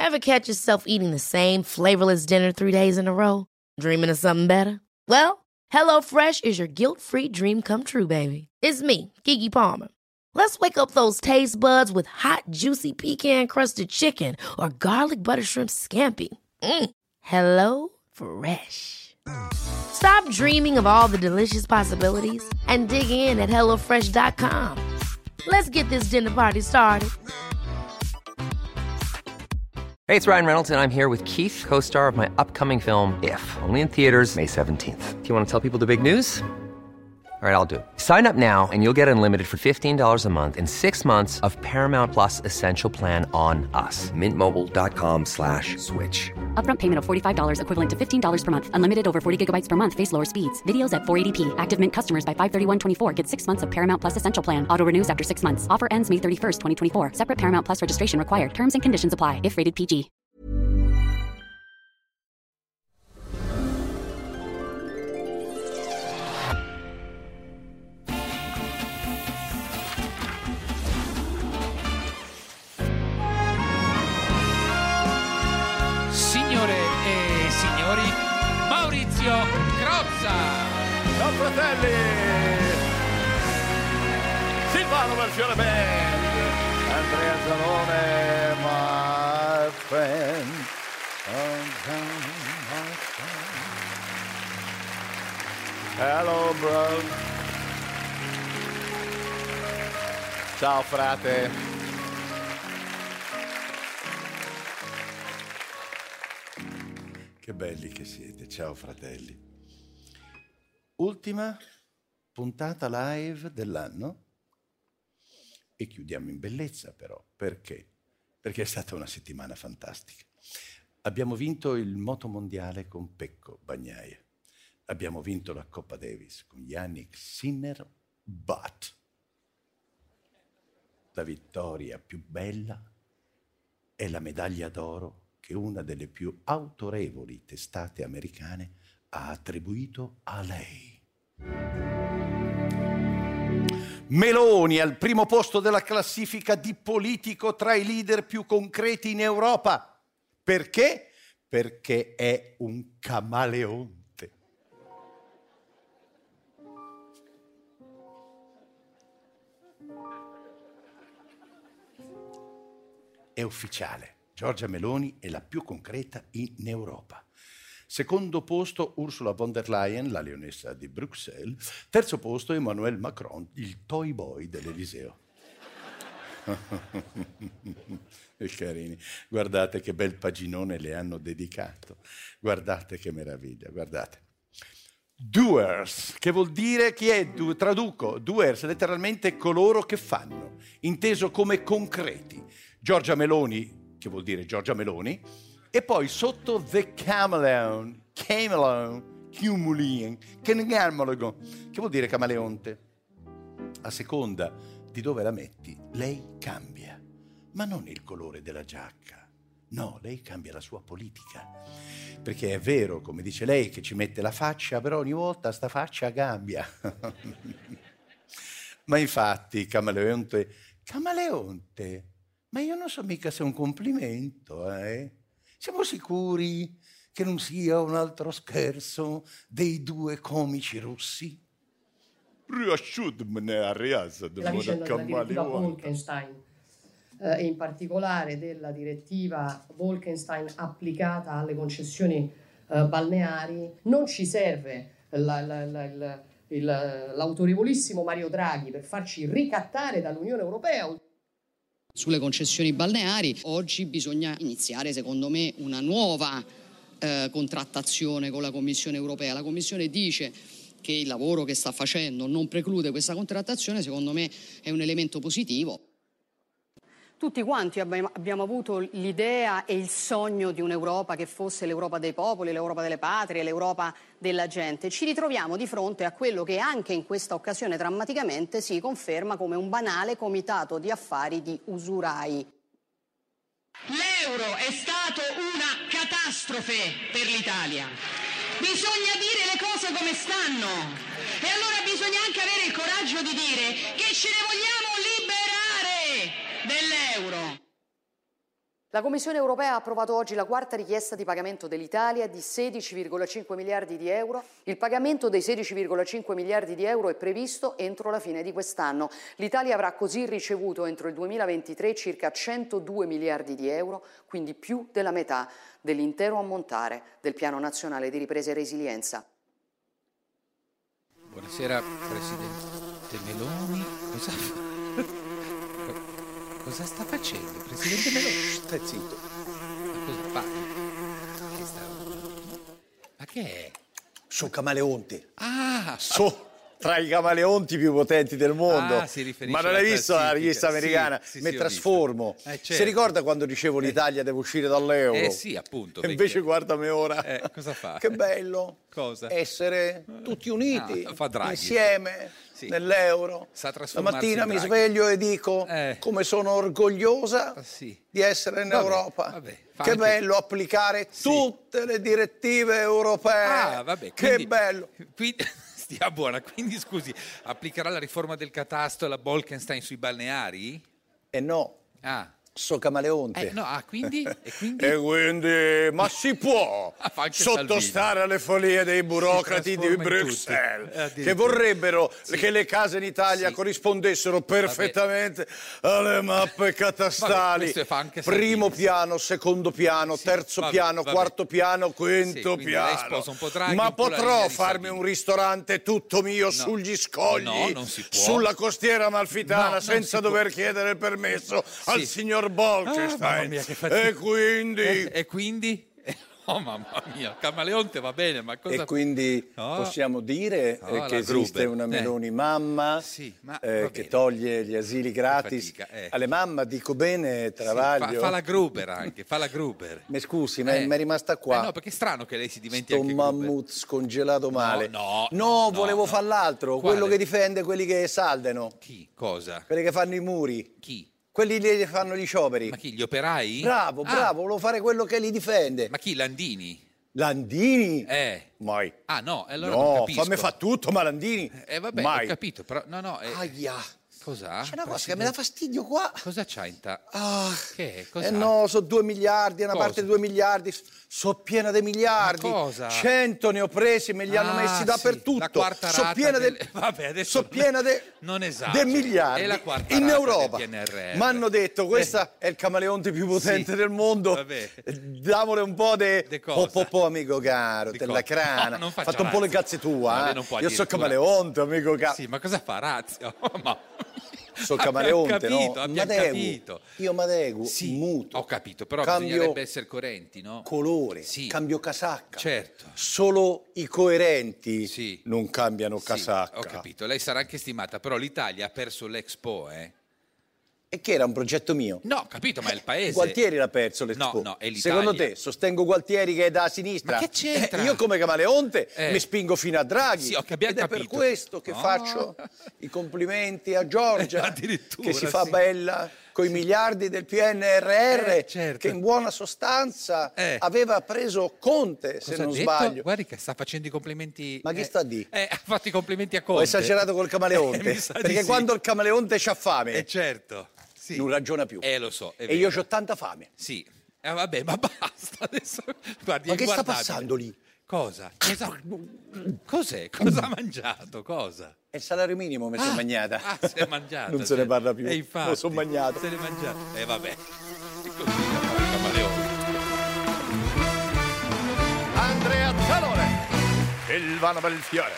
Ever catch yourself eating the same flavorless dinner 3 days in a row? Dreaming of something better? Well, HelloFresh is your guilt-free dream come true, baby. It's me, Keke Palmer. Let's wake up those taste buds with hot, juicy pecan-crusted chicken or garlic butter shrimp scampi. Hello Fresh. Stop dreaming of all the delicious possibilities and dig in at HelloFresh.com. Let's get this dinner party started. Hey, it's Ryan Reynolds, and I'm here with Keith, co-star of my upcoming film, If, only in theaters May 17th. Do you want to tell people the big news? All right, I'll do it. Sign up now and you'll get unlimited for $15 a month and 6 months of Paramount Plus Essential Plan on us. MintMobile.com/switch. Upfront payment of $45 equivalent to $15 per month. Unlimited over 40 gigabytes per month. Face lower speeds. Videos at 480p. Active Mint customers by 531.24 get 6 months of Paramount Plus Essential Plan. Auto renews after 6 months. Offer ends May 31st, 2024. Separate Paramount Plus registration required. Terms and conditions apply if rated PG. Maurizio Crozza. Ciao fratelli, Silvano Versione Band, Andrea Zanone, my friend. Hello bro. Ciao frate. Che belli che siete, ciao fratelli. Ultima puntata live dell'anno e chiudiamo in bellezza però. Perché? Perché è stata una settimana fantastica. Abbiamo vinto il motomondiale con Pecco Bagnaia. Abbiamo vinto la Coppa Davis con Yannick Sinner, but la vittoria più bella è la medaglia d'oro che una delle più autorevoli testate americane ha attribuito a lei. Meloni al primo posto della classifica di politico tra i leader più concreti in Europa. Perché? Perché è un camaleonte. È ufficiale. Giorgia Meloni è la più concreta in Europa. Secondo posto Ursula von der Leyen, la leonessa di Bruxelles. Terzo posto Emmanuel Macron, il toy boy dell'Eliseo. E carini, guardate che bel paginone le hanno dedicato. Guardate che meraviglia, guardate. Doers, che vuol dire chi è? Traduco, doers, letteralmente coloro che fanno, inteso come concreti. Giorgia Meloni, che vuol dire Giorgia Meloni, e poi sotto The Chameleon, che vuol dire camaleonte. A seconda di dove la metti, lei cambia, ma non il colore della giacca. No, lei cambia la sua politica. Perché è vero, come dice lei, che ci mette la faccia, però ogni volta sta faccia cambia. Ma infatti, camaleonte, ma io non so mica se è un complimento, eh? Siamo sicuri che non sia un altro scherzo dei due comici russi? La vicenda della direttiva Bolkestein e in particolare della direttiva Bolkestein applicata alle concessioni balneari non ci serve l'autorevolissimo Mario Draghi per farci ricattare dall'Unione Europea. Sulle concessioni balneari oggi bisogna iniziare, secondo me, una nuova contrattazione con la Commissione europea. La Commissione dice che il lavoro che sta facendo non preclude questa contrattazione, secondo me è un elemento positivo. Tutti quanti abbiamo avuto l'idea e il sogno di un'Europa che fosse l'Europa dei popoli, l'Europa delle patrie, l'Europa della gente. Ci ritroviamo di fronte a quello che anche in questa occasione drammaticamente si conferma come un banale comitato di affari di usurai. L'euro è stato una catastrofe per l'Italia. Bisogna dire le cose come stanno. E allora bisogna anche avere il coraggio di dire che ce ne vogliamo liberare dell'euro. La Commissione europea ha approvato oggi la quarta richiesta di pagamento dell'Italia di 16,5 miliardi di euro. Il pagamento dei 16,5 miliardi di euro è previsto entro la fine di quest'anno. L'Italia avrà così ricevuto entro il 2023 circa 102 miliardi di euro, quindi più della metà dell'intero ammontare del Piano Nazionale di Ripresa e Resilienza. Buonasera, Presidente Meloni. Cosa sta facendo, Presidente Meloni? Stai zitto. Ma cosa fa? Ma che è? Sono camaleonte. Ah! Tra i camaleonti più potenti del mondo. Si riferisce Ma non hai alla visto la rivista classifica? americana? Sì, Mi ho trasformo. visto. Certo. Si ricorda quando dicevo l'Italia deve uscire dall'euro? Sì, appunto. E invece guardami ora. Cosa fa? Che bello. Cosa? Essere tutti uniti, fa Draghi. insieme, nell'euro. Sa trasformarsi Stamattina in mi Draghi. sveglio e dico come sono orgogliosa di essere in Europa. Vabbè, che bello applicare tutte le direttive europee. Vabbè, che bello. Stia buona, quindi scusi, applicherà la riforma del catasto e la Bolkestein sui balneari? No. So camaleonte. Quindi? E quindi, ma si può sottostare alle follie dei burocrati di Bruxelles che vorrebbero che le case in Italia corrispondessero perfettamente alle mappe catastali. Primo piano, secondo piano, terzo piano, quarto piano, quinto piano. Ma potrò farmi un ristorante tutto mio sugli scogli, non si può. sulla costiera amalfitana, senza dover chiedere il permesso al signor Bolkestein. Mamma mia, che fatica. E quindi? Oh mamma mia, camaleonte va bene, ma cosa... E quindi possiamo dire che esiste una Meloni mamma che toglie gli asili gratis. Alle mamme dico bene, Travaglio. Fa la Gruber anche, fa la Gruber. Mi scusi, ma è rimasta qua. No, perché è strano che lei si diventi Sto anche mammut scongelato male. No, volevo far l'altro, quello che difende quelli che saldano. Chi? Cosa? Quelli che fanno i muri. Chi? Quelli lì che fanno gli scioperi. Ma chi, gli operai? Bravo, volevo fare quello che li difende. Ma chi, Landini? Landini? Mai. No, allora non capisco. Fammi fa tutto, ma Landini? Vabbè, mai. Ho capito, però Aia. Cos'ha? C'è una cosa che mi dà fastidio qua. Cosa c'ha Che è? Cos'ha? No, sono 2 miliardi, una parte 2 miliardi. Sono piena di miliardi. Ma cosa? 100 ne ho presi, me li hanno messi dappertutto. La quarta sono rata piena Vabbè, adesso piena non dei miliardi. È la quarta in rata Europa. del PNRR. Mi hanno detto, questa è il camaleonte più potente del mondo. Vabbè. Damole un po' di po, amico caro, della crana. Non fatto un po' le cazze tua. Io sono camaleonte, amico caro. Sì, ma cosa fa Razio? Sono camaleonte, abbiamo capito. Io mi adeguo, muto. Ho capito, però bisognerebbe essere coerenti, no? Colore, cambio casacca. Certo. Solo i coerenti non cambiano casacca. Ho capito, lei sarà anche stimata, però l'Italia ha perso l'Expo, E che era un progetto mio. No, capito, ma è il paese. Gualtieri l'ha perso l'Expo. No, è l'Italia. Secondo te sostengo Gualtieri che è da sinistra? Ma che c'entra? Io come camaleonte mi spingo fino a Draghi. Sì, abbiamo Ed è capito. per questo che faccio i complimenti a Giorgia, Addirittura, che si fa bella con i miliardi del PNRR, certo. che in buona sostanza aveva preso Conte, se non sbaglio. Guardi che sta facendo i complimenti. Ma chi sta a dire? Ha fatto i complimenti a Conte. Ho esagerato col camaleonte, Mi sa di perché sì. quando il camaleonte c'ha fame, certo. Sì. non ragiona più. Lo so. E io ho tanta fame. Sì. Vabbè, ma basta adesso. Guardi, Ma che sta inguardabile. passando lì? Cosa? Cos'è? Cosa ha mangiato? Cosa? È il salario minimo mi sono mangiata. Si è mangiata. Non se ne parla più. Infatti, Lo sono mangiato. Se l'è mangiato. Vabbè. Così il camaleone. Andrea Zalone, Silvano Belfiore.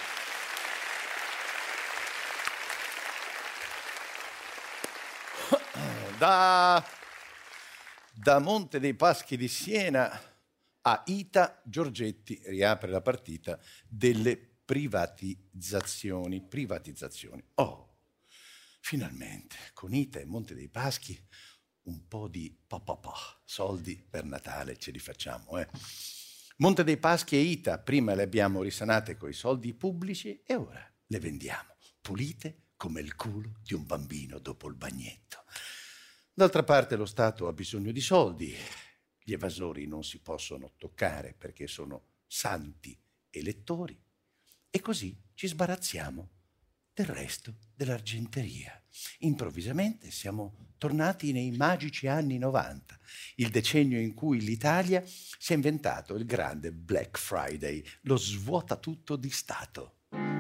Da Monte dei Paschi di Siena a Ita, Giorgetti riapre la partita delle privatizzazioni. Oh, finalmente, con Ita e Monte dei Paschi un po' di soldi per Natale ce li facciamo, Monte dei Paschi e Ita prima le abbiamo risanate coi soldi pubblici e ora le vendiamo pulite come il culo di un bambino dopo il bagnetto. D'altra parte lo Stato ha bisogno di soldi, gli evasori non si possono toccare perché sono santi elettori e così ci sbarazziamo del resto dell'argenteria. Improvvisamente siamo tornati nei magici anni 90, il decennio in cui l'Italia si è inventato il grande Black Friday, lo svuota tutto di Stato.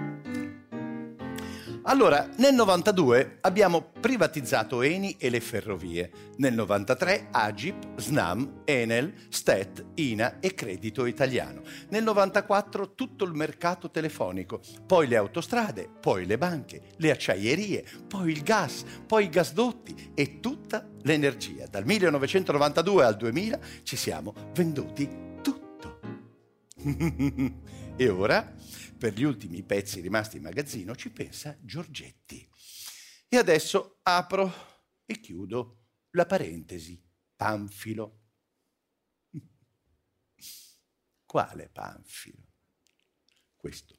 Allora, nel 92 abbiamo privatizzato Eni e le ferrovie. Nel 93 Agip, Snam, Enel, Stet, Ina e Credito Italiano. Nel 94 tutto il mercato telefonico, poi le autostrade, poi le banche, le acciaierie, poi il gas, poi i gasdotti e tutta l'energia. Dal 1992 al 2000 ci siamo venduti tutto. E ora, per gli ultimi pezzi rimasti in magazzino, ci pensa Giorgetti. E adesso apro e chiudo la parentesi. Panfilo. Quale Panfilo? Questo.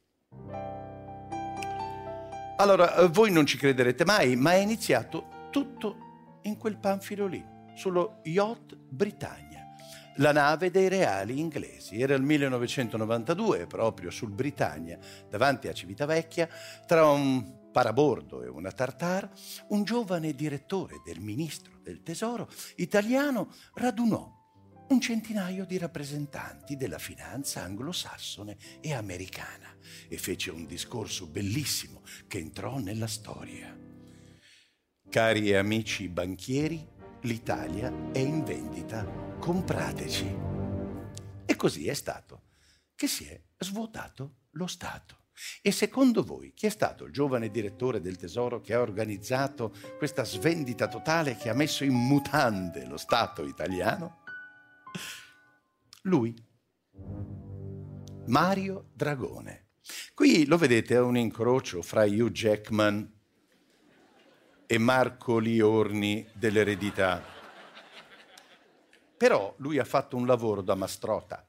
Allora, voi non ci crederete mai, ma è iniziato tutto in quel Panfilo lì, sullo yacht Britannia. La nave dei reali inglesi. Era il 1992, proprio sul Britannia, davanti a Civitavecchia, tra un parabordo e una tartare, un giovane direttore del ministro del tesoro italiano radunò un centinaio di rappresentanti della finanza anglosassone e americana e fece un discorso bellissimo che entrò nella storia. Cari amici banchieri, l'Italia è in vendita, comprateci. E così è stato che si è svuotato lo Stato. E secondo voi chi è stato il giovane direttore del Tesoro che ha organizzato questa svendita totale che ha messo in mutande lo Stato italiano? Lui, Mario Dragone. Qui lo vedete, è un incrocio fra Hugh Jackman e Marco Liorni dell'eredità. Però lui ha fatto un lavoro da mastrota.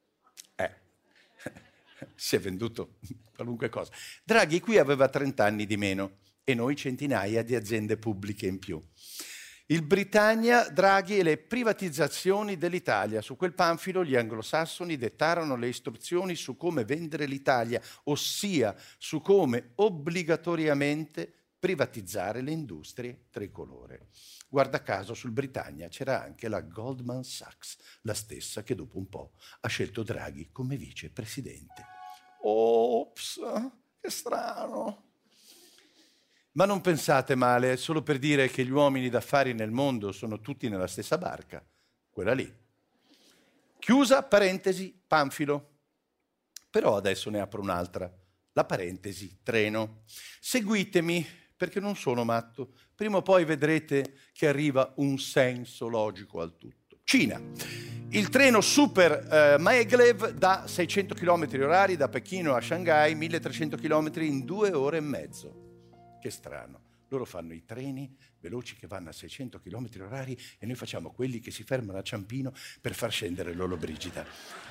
Si è venduto qualunque cosa. Draghi qui aveva 30 anni di meno e noi centinaia di aziende pubbliche in più. Il Britannia, Draghi e le privatizzazioni dell'Italia. Su quel panfilo gli anglosassoni dettarono le istruzioni su come vendere l'Italia, ossia su come obbligatoriamente privatizzare le industrie tricolore. Guarda caso sul Britannia c'era anche la Goldman Sachs, la stessa che dopo un po' ha scelto Draghi come vicepresidente. Ops, che strano. Ma non pensate male, è solo per dire che gli uomini d'affari nel mondo sono tutti nella stessa barca, quella lì. Chiusa parentesi, panfilo. Però adesso ne apro un'altra, la parentesi, treno. Seguitemi, perché non sono matto. Prima o poi vedrete che arriva un senso logico al tutto. Cina. Il treno Super Maglev da 600 km/h da Pechino a Shanghai, 1300 km in 2 ore e mezzo. Che strano. Loro fanno i treni veloci che vanno a 600 km/h e noi facciamo quelli che si fermano a Ciampino per far scendere Lollobrigida.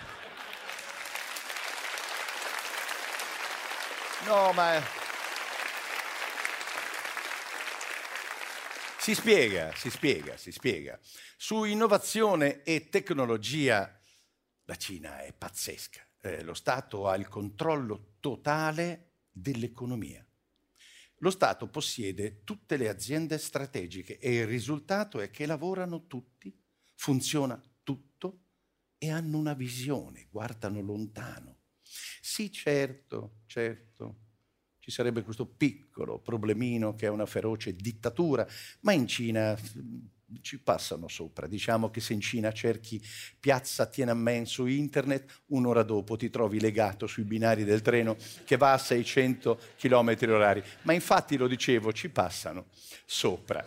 No, ma... Si spiega. Su innovazione e tecnologia la Cina è pazzesca. Lo Stato ha il controllo totale dell'economia. Lo Stato possiede tutte le aziende strategiche e il risultato è che lavorano tutti, funziona tutto e hanno una visione, guardano lontano. Sì, certo. Ci sarebbe questo piccolo problemino che è una feroce dittatura, ma in Cina ci passano sopra. Diciamo che se in Cina cerchi piazza Tiananmen su internet, un'ora dopo ti trovi legato sui binari del treno che va a 600 km/h. Ma infatti, lo dicevo, ci passano sopra.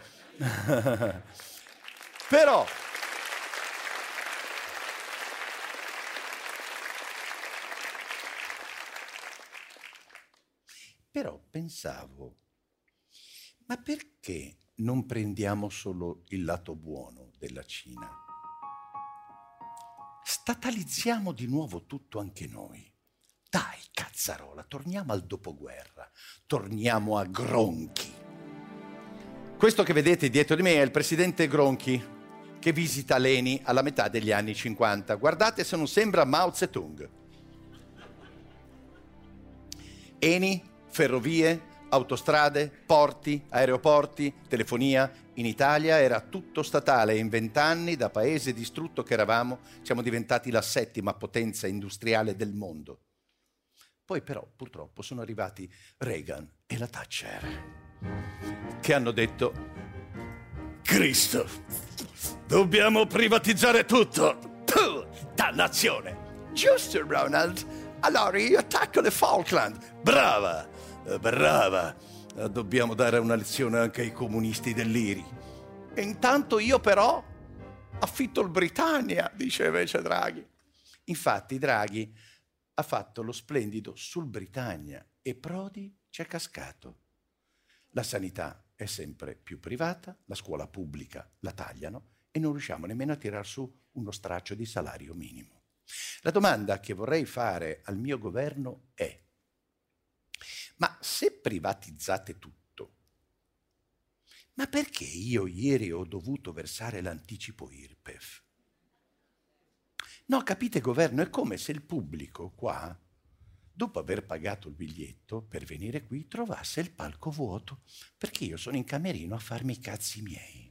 Però pensavo, ma perché non prendiamo solo il lato buono della Cina? Statalizziamo di nuovo tutto anche noi. Dai, cazzarola, torniamo al dopoguerra, torniamo a Gronchi. Questo che vedete dietro di me è il presidente Gronchi che visita l'Eni alla metà degli anni 50. Guardate se non sembra Mao Zedong. Eni, ferrovie, autostrade, porti, aeroporti, telefonia. In Italia era tutto statale e in 20 anni, da paese distrutto che eravamo, siamo diventati la 7ª potenza industriale del mondo. Poi però, purtroppo, sono arrivati Reagan e la Thatcher, che hanno detto: Cristo, dobbiamo privatizzare tutto. Dannazione! Giusto, Ronald. Allora io attacco le Falkland. Brava, brava. Dobbiamo dare una lezione anche ai comunisti dell'IRI. E intanto io però affitto il Britannia, dice invece Draghi. Infatti Draghi ha fatto lo splendido sul Britannia e Prodi ci è cascato. La sanità è sempre più privata, la scuola pubblica la tagliano e non riusciamo nemmeno a tirar su uno straccio di salario minimo. La domanda che vorrei fare al mio governo è: ma se privatizzate tutto, ma perché io ieri ho dovuto versare l'anticipo IRPEF? No, capite, governo, è come se il pubblico qua, dopo aver pagato il biglietto per venire qui, trovasse il palco vuoto, perché io sono in camerino a farmi i cazzi miei.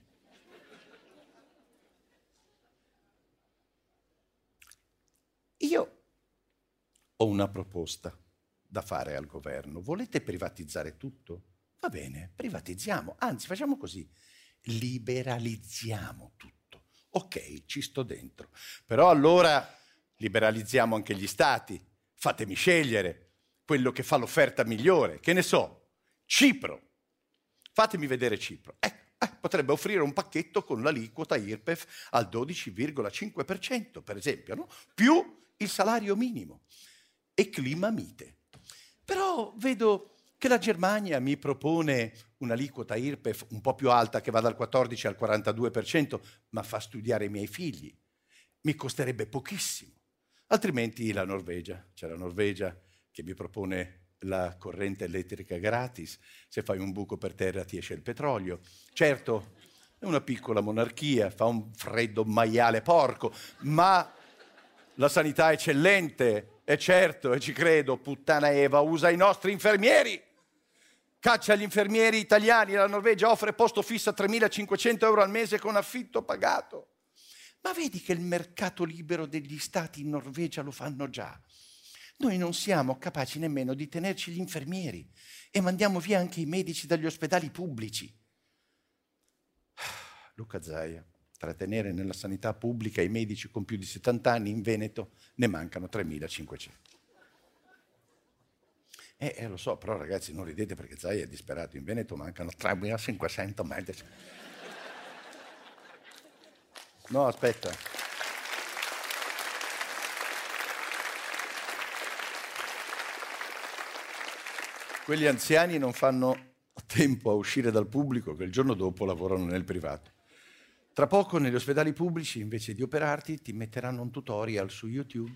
Io ho una proposta da fare al governo. Volete privatizzare tutto? Va bene, privatizziamo. Anzi, facciamo così. Liberalizziamo tutto. Ok, ci sto dentro. Però allora liberalizziamo anche gli stati. Fatemi scegliere quello che fa l'offerta migliore. Che ne so, Cipro. Fatemi vedere Cipro. Potrebbe offrire un pacchetto con l'aliquota IRPEF al 12,5%, per esempio, no? Più il salario minimo e clima mite. Però vedo che la Germania mi propone un'aliquota IRPEF un po' più alta, che va dal 14 al 42%, ma fa studiare i miei figli. Mi costerebbe pochissimo. Altrimenti la Norvegia. C'è la Norvegia che mi propone la corrente elettrica gratis. Se fai un buco per terra ti esce il petrolio. Certo, è una piccola monarchia, fa un freddo maiale porco, ma la sanità è eccellente, è certo, e ci credo. Puttana Eva, usa i nostri infermieri. Caccia gli infermieri italiani. La Norvegia offre posto fisso a 3.500 euro al mese con affitto pagato. Ma vedi che il mercato libero degli stati in Norvegia lo fanno già. Noi non siamo capaci nemmeno di tenerci gli infermieri e mandiamo via anche i medici dagli ospedali pubblici. Luca Zaia, trattenere nella sanità pubblica i medici con più di 70 anni in Veneto ne mancano 3.500. Lo so, però ragazzi non ridete perché Zaia è disperato. In Veneto mancano 3.500 medici. No, aspetta. Quegli anziani non fanno tempo a uscire dal pubblico che il giorno dopo lavorano nel privato. Tra poco negli ospedali pubblici, invece di operarti, ti metteranno un tutorial su YouTube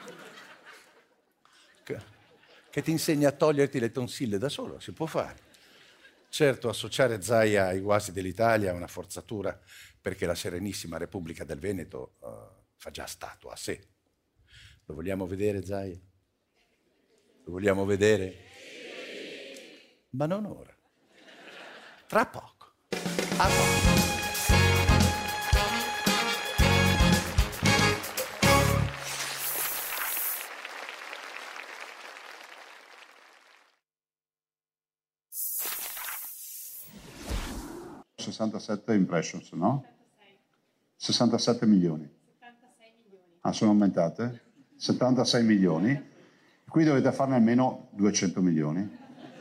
che ti insegna a toglierti le tonsille da solo. Si può fare. Certo, associare Zaia ai guasti dell'Italia è una forzatura, perché la Serenissima Repubblica del Veneto fa già statua a sé. Lo vogliamo vedere, Zaia? Lo vogliamo vedere? Ma non ora. Tra poco. A poco. ...67 impressions, no? 67 milioni. 76 milioni. Ah, sono aumentate? 76 milioni. Qui dovete farne almeno 200 milioni.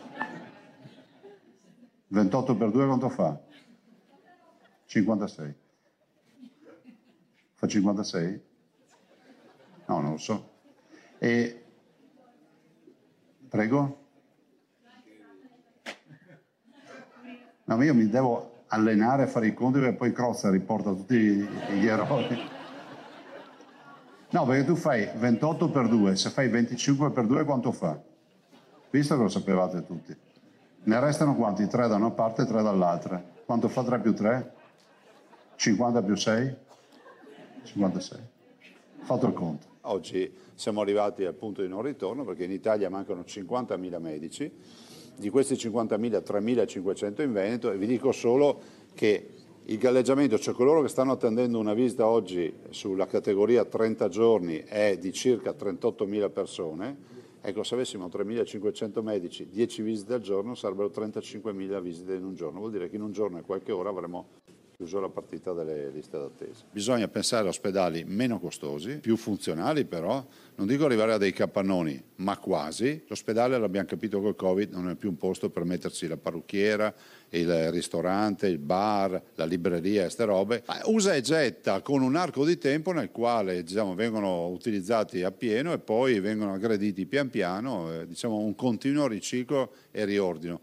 28 per 2 quanto fa? 56. Fa 56? No, non lo so. E... Prego? No, ma io mi devo allenare a fare i conti perché poi Crozza riporta tutti gli eroi. No, perché tu fai 28 per 2, se fai 25 per 2 quanto fa? Visto che lo sapevate tutti. Ne restano quanti? 3 da una parte e 3 dall'altra. Quanto fa 3 più 3? 50 più 6? 56. Fatto il conto. Oggi siamo arrivati al punto di non ritorno perché in Italia mancano 50.000 medici di questi 50.000, 3.500 in Veneto, e vi dico solo che il galleggiamento, cioè coloro che stanno attendendo una visita oggi sulla categoria 30 giorni, è di circa 38.000 persone. Ecco, se avessimo 3.500 medici, 10 visite al giorno, sarebbero 35.000 visite in un giorno. Vuol dire che in un giorno e qualche ora avremo chiuso la partita delle liste d'attesa. Bisogna pensare a ospedali meno costosi, più funzionali però, non dico arrivare a dei capannoni, ma quasi. L'ospedale, l'abbiamo capito col Covid, non è più un posto per mettersi la parrucchiera, il ristorante, il bar, la libreria e ste robe. Usa e getta con un arco di tempo nel quale vengono utilizzati a pieno e poi vengono aggrediti pian piano, un continuo riciclo e riordino.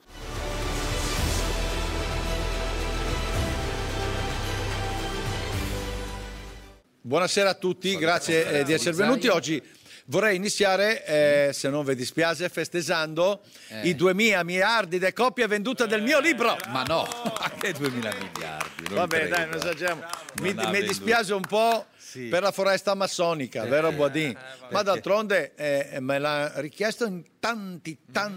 Buonasera a tutti, grazie di essere venuti. Oggi vorrei iniziare, se non vi dispiace, festeggiando i 2.000 miliardi di copie vendute del mio libro. Ma no, anche 2.000 miliardi. Vabbè, dai, non esageriamo. Mi dispiace un po' per la foresta amazzonica, vero Boadin? Ma d'altronde me l'ha richiesto in tanti.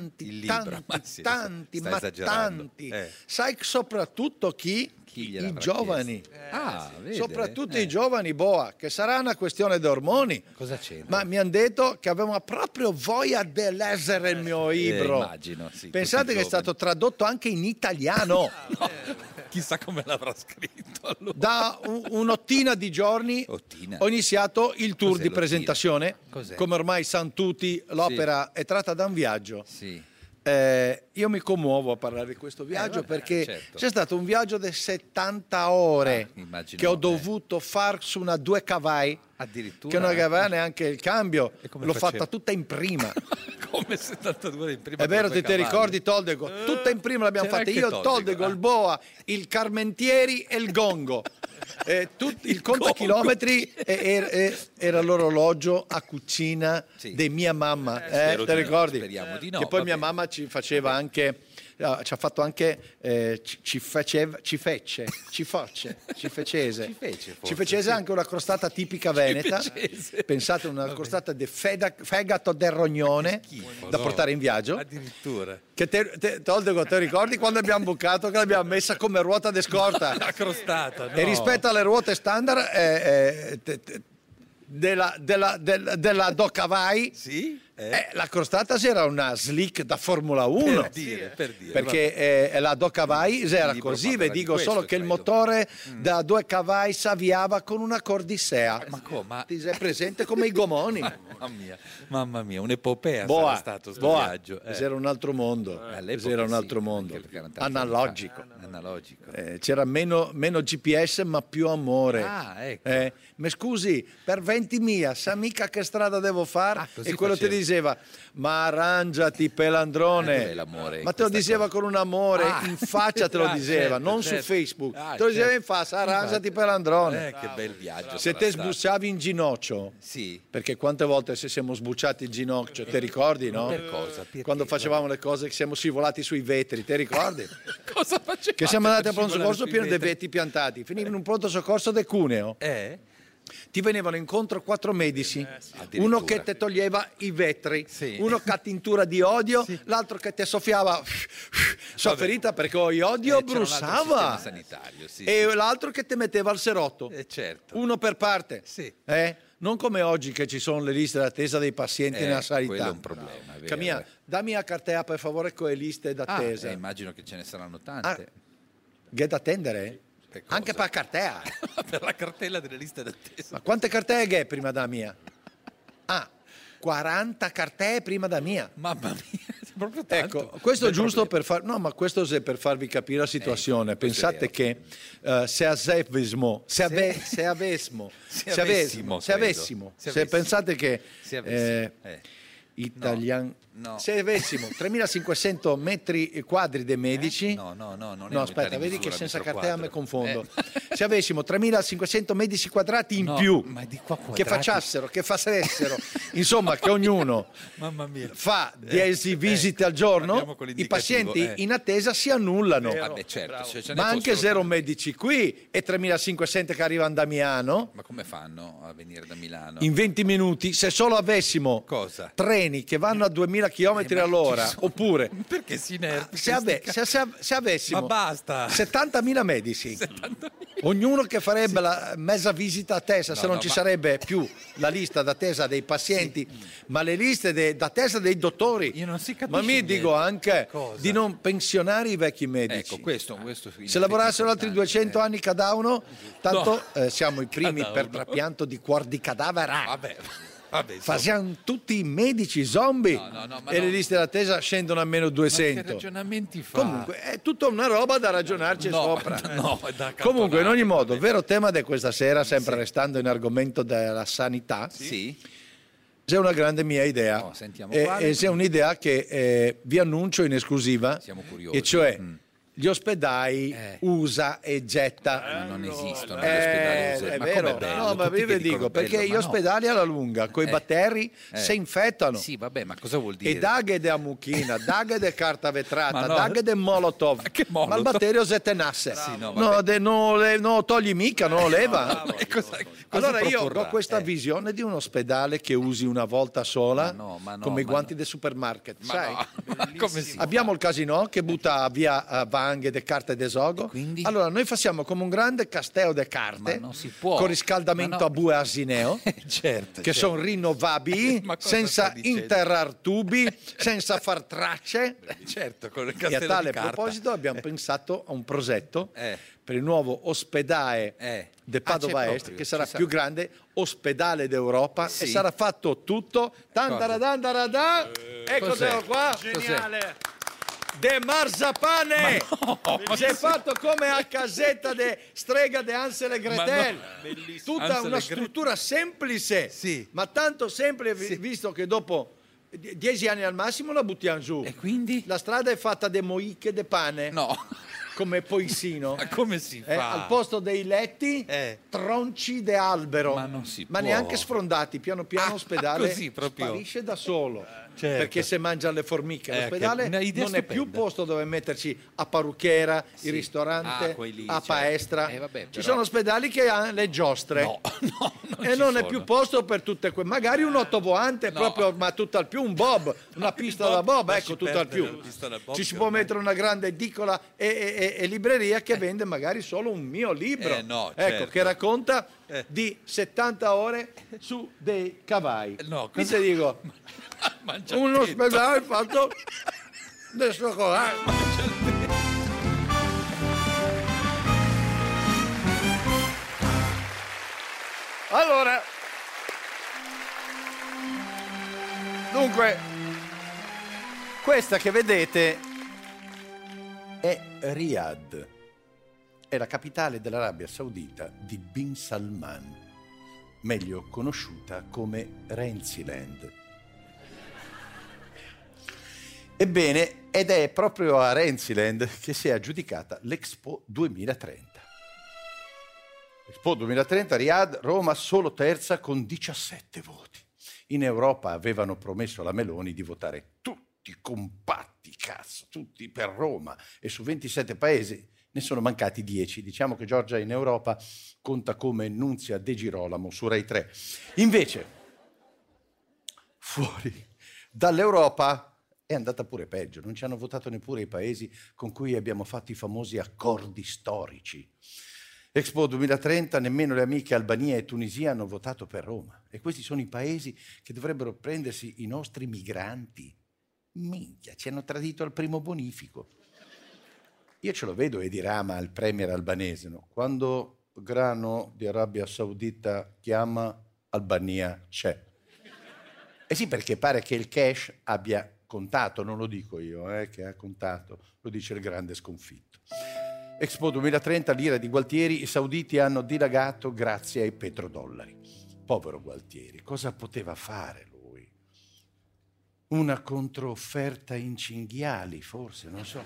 Sai soprattutto chi? I giovani, soprattutto i giovani, Boa, che sarà una questione di ormoni. Cosa c'è? Ma mi hanno detto che avevano proprio voglia dell'essere il mio libro. Immagino, sì. Pensate che è stato tradotto anche in italiano. No, chissà come l'avrà scritto allora. Da un'ottina di giorni ho iniziato il tour di presentazione. Cos'è? Come ormai sanno tutti, l'opera è tratta da un viaggio. Sì. Io mi commuovo a parlare di questo viaggio perché c'è stato un viaggio di 70 ore che ho dovuto far su una 2 cavalli, addirittura, che non aveva neanche il cambio, l'ho fatta tutta in prima. Come 72 ore in prima? È vero, ti ricordi Toldego? Tutta in prima l'abbiamo fatta io, il Toldego, il Boa, il Carmentieri e il Gongo. Il contachilometri era l'orologio a cucina di mia mamma, ti ricordi? Speriamo di no. Che poi mia mamma ci faceva anche, ci ha fatto anche, ci fece anche una crostata tipica veneta. Pensate, una crostata di fegato del rognone da portare in viaggio. Addirittura. Che Toldego, te ricordi quando abbiamo bucato che l'abbiamo messa come ruota di scorta? La crostata, no. E rispetto alle ruote standard della Docavai, la crostata era una slick da Formula 1. Per dire, perché la Docavai era così, vi dico solo che il motore da 2 cavalli si avviava con una cordissea. Ma come? Ti sei presente come i gomoni? Mamma mia, un'epopea sarà stato sto viaggio. Era un altro mondo, era un altro mondo, analogico. C'era meno GPS ma più amore. Ecco. Ma scusi, per 20.000 sa mica che strada devo fare? E quello ti diceva, ma arrangiati pelandrone. Ma te lo diceva con un amore, in faccia te lo diceva, non su Facebook. Te lo diceva in faccia, arrangiati pelandrone. Che bel viaggio. Se te sbucciavi in ginocchio, perché quante volte se siamo sbucciati in ginocchio, ti ricordi, no? Per cosa? Perché? Quando facevamo le cose che siamo scivolati sui vetri, ti ricordi? Cosa facevamo? Che siamo andati a pronto soccorso pieno di vetti piantati, finivi in un pronto soccorso di Cuneo. Ti venivano incontro 4 medici, uno che ti toglieva i vetri, uno che ha tintura di odio, l'altro che ti soffiava sua ferita perché iodio bruciava, e l'altro che ti metteva al serotto, uno per parte. Non come oggi che ci sono le liste d'attesa dei pazienti nella sanità. Quello è un problema. Camilla, dammi la cartea per favore con le liste d'attesa. Immagino che ce ne saranno tante. Che da attendere? Anche per la cartea. Per la cartella delle liste d'attesa. Ma quante cartee che è prima da mia? 40 cartee prima da mia. Mamma mia, proprio tanto. Ecco, questo è giusto per questo è per farvi capire la situazione. Pensate che se pensate che se avessimo 3.500 metri quadri dei medici, aspetta, vedi che senza cartea mi confondo. Se avessimo 3.500 medici quadrati in più, che facessero, insomma, che ognuno fa 10 visite al giorno, i pazienti in attesa si annullano. Ma anche 0 medici qui e 3.500 che arrivano da Milano. Ma come fanno a venire da Milano? In 20 minuti, se solo avessimo treni che vanno a 2.000 7000 km all'ora, oppure Perché si nervi? se avessimo Ma basta. 70.000 medici, ognuno che farebbe la mezza visita a testa, se non ci sarebbe più la lista d'attesa dei pazienti, ma le liste d'attesa dei dottori. Non si capisce ma mi niente. dico anche Cosa? di non pensionare i vecchi medici. Ecco, questo se lavorassero altri 200 anni cadavano, tanto siamo i primi Cadavano. per trapianto di cuor di cadavere. Vabbè, Facciamo tutti i medici zombie e le liste d'attesa scendono a meno 200. Ma che ragionamenti fa? Comunque è tutta una roba da ragionarci sopra. No, è da Comunque in ogni modo, vero tema di questa sera, sempre restando in argomento della sanità, c'è una grande mia idea. Sentiamo e quale. c'è un'idea che vi annuncio in esclusiva, Siamo curiosi. e cioè gli ospedali usa e getta. non esistono gli È ospedali. Ma vero, com'è bello, no, ma tutti vi che dico dicono perché bello, gli ma no. ospedali alla lunga coi batteri si infettano. Sì, vabbè, ma cosa vuol dire? E daghe de amuchina, daghe de carta vetrata, Ma no. daghe de molotov. Ma che molotov? Ma il batterio se tenasse. Sì, no, no, togli mica, non lo leva. E cosa Allora io proporrà? ho questa visione di un ospedale che usi una volta sola, ma no, come i ma guanti del supermarket. Sai? Ma come si Abbiamo il casino che butta via vanghe de carte d'esogo. Allora noi facciamo come un grande casteo de carte non si può. con riscaldamento Ma no. a bue asineo certo, che sono rinnovabili Ma cosa senza stai dicendo? interrar tubi, senza far tracce. Certo, con il E a castello tale di carta. proposito abbiamo pensato a un progetto per il nuovo ospedale di Padova c'è Est, proprio, che sarà ci più grande ospedale d'Europa Sì. e sarà fatto tutto. Tantaradandaradan, eccolo qua. Geniale. De marzapane! Si è fatto come a casetta de strega de Hansel e Gretel. Tutta Hansel una e Gretel. struttura semplice, ma tanto semplice visto che dopo 10 anni al massimo la buttiamo giù. E quindi? La strada è fatta de moicche de pane. No. Come poisino. Ma come si fa? Al posto dei letti, tronci de albero. Ma non si Ma può. neanche sfrondati. Piano piano l'ospedale così proprio. sparisce da solo. Certo. Perché se mangiano le formiche. Che L'ospedale una idea non è più stupenda. posto dove metterci a parrucchiera, il ristorante, quelli lì, a certo. palestra. Vabbè, Ci però- sono ospedali che hanno le giostre. E ci non è sono. più posto per tutte quelle. Magari un ottovolante, proprio, ma tutto al più un bob, una pista da bob, ecco, tutto al più. Ci si può mettere una grande edicola e libreria che vende magari solo un mio libro. No, ecco, certo. che racconta di 70 ore su dei cavalli. No, Qui ti dico, un ospedale fatto del cioccolato. Allora, dunque, questa che vedete è Riyadh, è la capitale dell'Arabia Saudita di Bin Salman, meglio conosciuta come Renziland. Ebbene, ed è proprio a Renziland che si è aggiudicata l'Expo 2030. Expo 2030, Riyadh, Roma solo terza con 17 voti. In Europa avevano promesso alla Meloni di votare tutti compatti, cazzo, tutti per Roma, e su 27 paesi ne sono mancati 10. Diciamo che Giorgia in Europa conta come Nunzia De Girolamo su Rai 3. Invece, fuori dall'Europa è andata pure peggio. Non ci hanno votato neppure i paesi con cui abbiamo fatto i famosi accordi storici. Expo 2030, nemmeno le amiche Albania e Tunisia hanno votato per Roma. E questi sono i paesi che dovrebbero prendersi i nostri migranti. Minchia, ci hanno tradito al primo bonifico. Io ce lo vedo Edi Rama, il premier albanese, no? Quando grano di Arabia Saudita chiama, Albania c'è. Eh sì, perché pare che il cash abbia contato, non lo dico io, che ha contato, lo dice il grande sconfitto. Expo 2030, l'ira di Gualtieri, i sauditi hanno dilagato grazie ai petrodollari. Povero Gualtieri, cosa poteva fare lui? Una controofferta in cinghiali, forse, non so.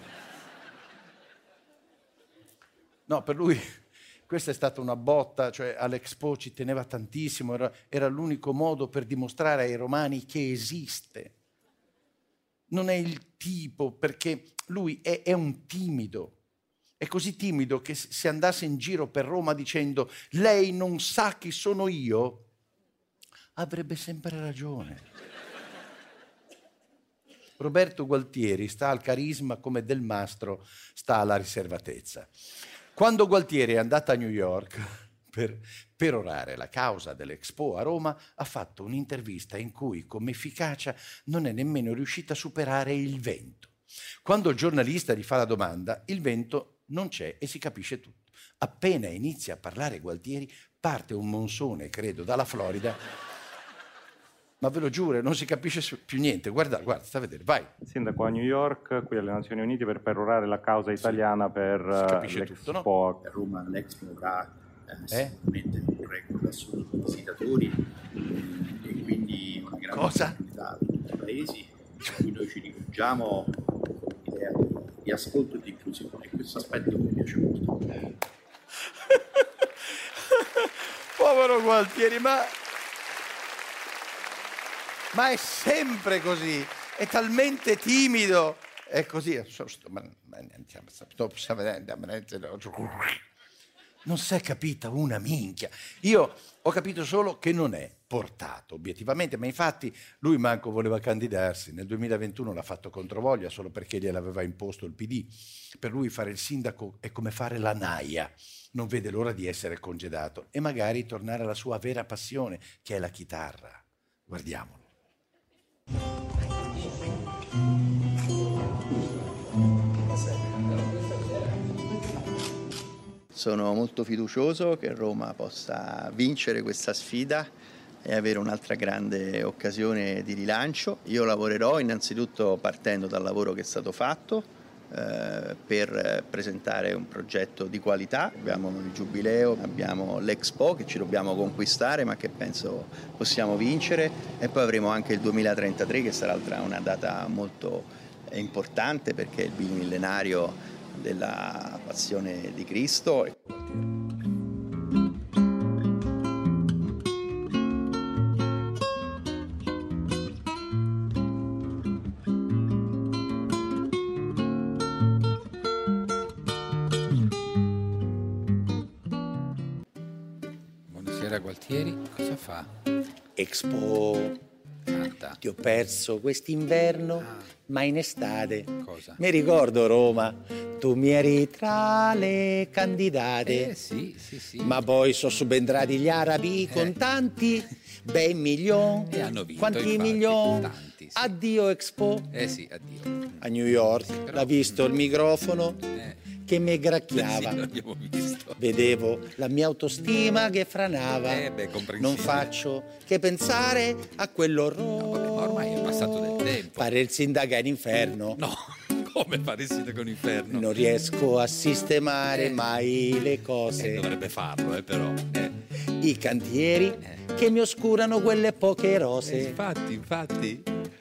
No, per lui questa è stata una botta, cioè all'Expo ci teneva tantissimo, era l'unico modo per dimostrare ai romani che esiste. Non è il tipo, perché lui è un timido. È così timido che se andasse in giro per Roma dicendo lei non sa chi sono io, avrebbe sempre ragione. Roberto Gualtieri sta al carisma come Del Mastro sta alla riservatezza. Quando Gualtieri è andato a New York per perorare la causa dell'Expo a Roma, ha fatto un'intervista in cui, con efficacia, non è nemmeno riuscita a superare il vento. Quando il giornalista gli fa la domanda, il vento non c'è e si capisce tutto. Appena inizia a parlare Gualtieri, parte un monsone, credo, dalla Florida. Ma ve lo giuro, non si capisce più niente. Guarda, sta a vedere, vai. Sindaco a New York, qui alle Nazioni Unite, per perorare la causa italiana per l'Expo. Tutto, no? A Roma l'Expo avrà sicuramente un record assoluto di visitatori e quindi una grande opportunità a tutti i paesi a cui noi ci rivolgiamo con l'idea di ascolto e di inclusione. E questo aspetto mi piace molto. Povero Gualtieri, ma è sempre così, è talmente timido, è così. Non si è capita una minchia. Io ho capito solo che non è portato, obiettivamente, ma infatti lui manco voleva candidarsi. Nel 2021 l'ha fatto controvoglia solo perché gliel'aveva imposto il PD. Per lui fare il sindaco è come fare la naia. Non vede l'ora di essere congedato e magari tornare alla sua vera passione, che è la chitarra. Guardiamolo. Sono molto fiducioso che Roma possa vincere questa sfida e avere un'altra grande occasione di rilancio. Io lavorerò innanzitutto partendo dal lavoro che è stato fatto per presentare un progetto di qualità. Abbiamo il Giubileo, abbiamo l'Expo che ci dobbiamo conquistare ma che penso possiamo vincere, e poi avremo anche il 2033 che sarà una data molto importante perché è il bimillenario della Passione di Cristo. Buonasera Gualtieri, cosa fa? Expo. Canta. Ti ho perso quest'inverno, ma in estate. Cosa? Mi ricordo Roma, tu mi eri tra le candidate. Sì. Ma poi sono subentrati gli arabi con tanti bei milioni. E hanno vinto, quanti infatti, milioni? tanti, sì. Addio Expo. Sì, addio. A New York, l'ha visto il microfono che mi gracchiava. Sì, l'abbiamo visto. Vedevo la mia autostima che franava. Non faccio che pensare a quell'orrore. Ma ormai è passato del tempo. Fare il sindaco è in inferno. No, come fare il sindaco in inferno? Non riesco a sistemare mai le cose. Dovrebbe farlo, però. I cantieri che mi oscurano quelle poche rose. Infatti.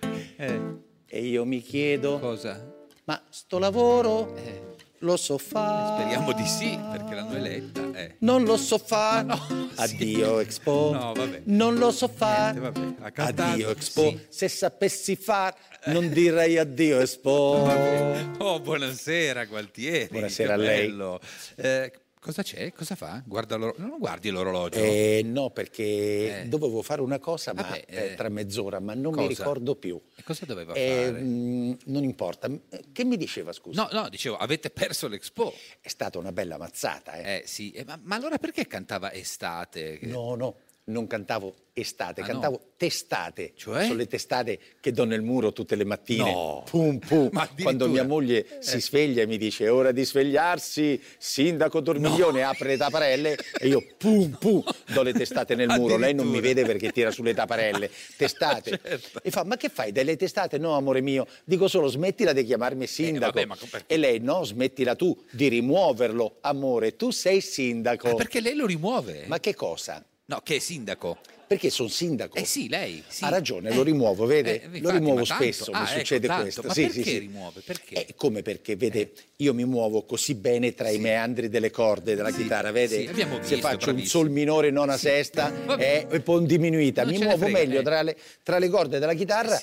E io mi chiedo... Cosa? Ma sto lavoro... Lo so fare. Speriamo di sì, perché l'hanno eletta. Non lo so fare. No, addio Expo. No, vabbè. Non lo so fare. Addio Expo. Sì. Se sapessi fare, non direi addio Expo. Oh, buonasera Gualtieri. Buonasera a lei. Cosa c'è? Cosa fa? Non guardi l'orologio? No, perché dovevo fare una cosa tra mezz'ora, ma non mi ricordo più. E cosa doveva fare? Non importa. Che mi diceva, scusa? No, dicevo, avete perso l'Expo. È stata una bella mazzata, Sì, ma allora perché cantava estate? No, non cantavo estate, cantavo testate. Cioè? Sono le testate che do nel muro tutte le mattine. No. Pum. Quando mia moglie si sveglia e mi dice è ora di svegliarsi, sindaco Dormiglione, apre le tapparelle e io pum, do le testate nel muro. Lei non mi vede perché tira sulle tapparelle. Testate. Certo. E fa, ma che fai, delle testate? No, amore mio, dico solo smettila di chiamarmi sindaco. E lei, no, smettila tu di rimuoverlo, amore, tu sei sindaco. Perché lei lo rimuove? Ma che cosa? No, che è sindaco? Perché sono sindaco. Sì, lei. Sì. Ha ragione, lo rimuovo, vede? Infatti, lo rimuovo tanto, spesso, mi succede questo. Ma perché rimuove? Perché? Come perché, vede, io mi muovo così bene tra i meandri delle corde della chitarra, vede? Sì, abbiamo visto, se faccio bravissimo. un sol minore nona sesta e poi diminuita, mi muovo meglio tra le corde della chitarra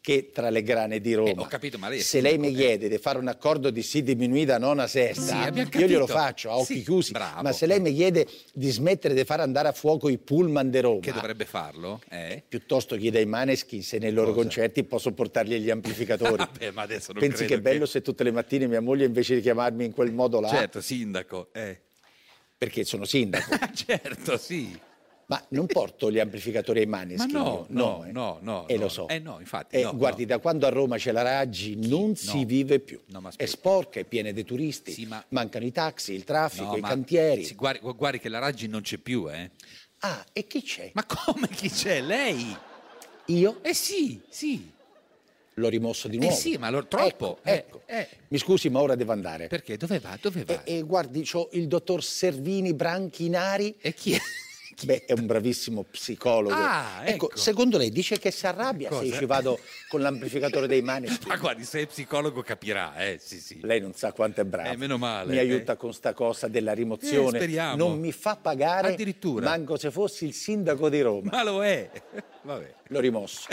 che tra le grane di Roma. Ho capito, ma lei se lei mi chiede di fare un accordo di sì diminuita nona sesta, io glielo faccio a occhi chiusi, bravo. ma se lei mi chiede di smettere di far andare a fuoco i pullman di Roma, che dovrebbe farlo, piuttosto chiede ai Maneskin se nei loro concerti posso portargli gli amplificatori. Vabbè, ma adesso non pensi che è bello se tutte le mattine mia moglie invece di chiamarmi in quel modo là, certo, sindaco, perché sono sindaco. Certo, sì. Ma non porto gli amplificatori ai Maneskin. Ma no. Lo so. No, infatti. Guardi, da quando a Roma c'è la Raggi non si vive più. È sporca, è piena di turisti. Mancano i taxi, il traffico, i cantieri. Guardi che la Raggi non c'è più, Ah, e chi c'è? Ma come chi c'è? Lei? Io? Sì. L'ho rimosso di nuovo. Sì, ma troppo. Ecco. Mi scusi, ma ora devo andare. Perché? Dove va? Guardi, c'ho il dottor Servini Branchinari. E chi è? Beh, è un bravissimo psicologo. Ecco, secondo lei dice che si arrabbia se io ci vado con l'amplificatore dei Maneskin? Ma guardi, se è psicologo capirà, sì. Lei non sa quanto è bravo. Meno male. Mi aiuta con sta cosa della rimozione. Speriamo. Non mi fa pagare addirittura, manco se fossi il sindaco di Roma. Ma lo è. Vabbè. L'ho rimosso.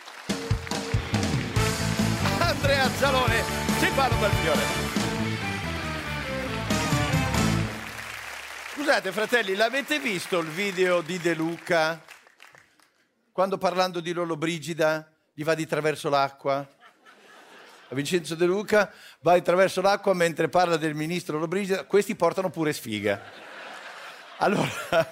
Andrea Zalone, Stefano Belfiore. Scusate fratelli, l'avete visto il video di De Luca? Quando parlando di Lollobrigida gli va di traverso l'acqua? A Vincenzo De Luca va di traverso l'acqua mentre parla del ministro Lollobrigida. Questi portano pure sfiga. Allora,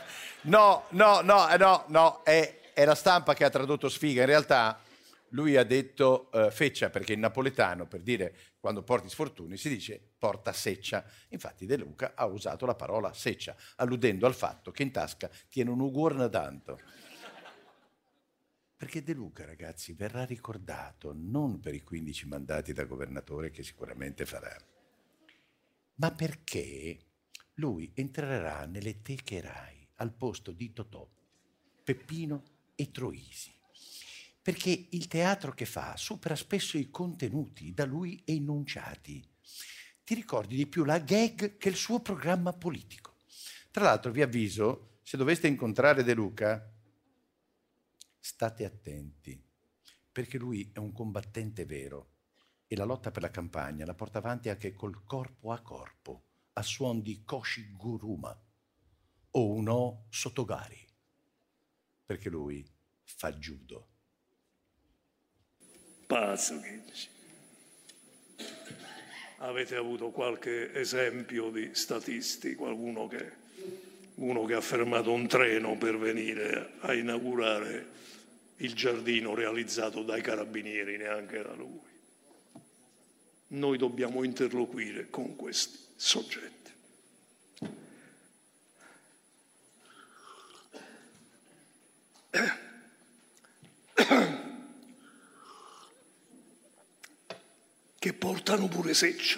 no, è la stampa che ha tradotto sfiga. In realtà lui ha detto feccia, perché in napoletano per dire quando porti sfortuni si dice porta seccia. Infatti De Luca ha usato la parola seccia, alludendo al fatto che in tasca tiene un uguorna tanto. Perché De Luca, ragazzi, verrà ricordato non per i 15 mandati da governatore che sicuramente farà, ma perché lui entrerà nelle teche Rai al posto di Totò, Peppino e Troisi. Perché il teatro che fa supera spesso i contenuti da lui enunciati. Ti ricordi di più la gag che il suo programma politico. Tra l'altro vi avviso, se doveste incontrare De Luca, state attenti, perché lui è un combattente vero e la lotta per la campagna la porta avanti anche col corpo a corpo, a suon di Koshi Guruma o Uno Sotogari, perché lui fa judo. Pazzo che dici. Avete avuto qualche esempio di statisti, uno che ha fermato un treno per venire a inaugurare il giardino realizzato dai carabinieri, neanche da lui. Noi dobbiamo interloquire con questi soggetti. Che portano pure seccia.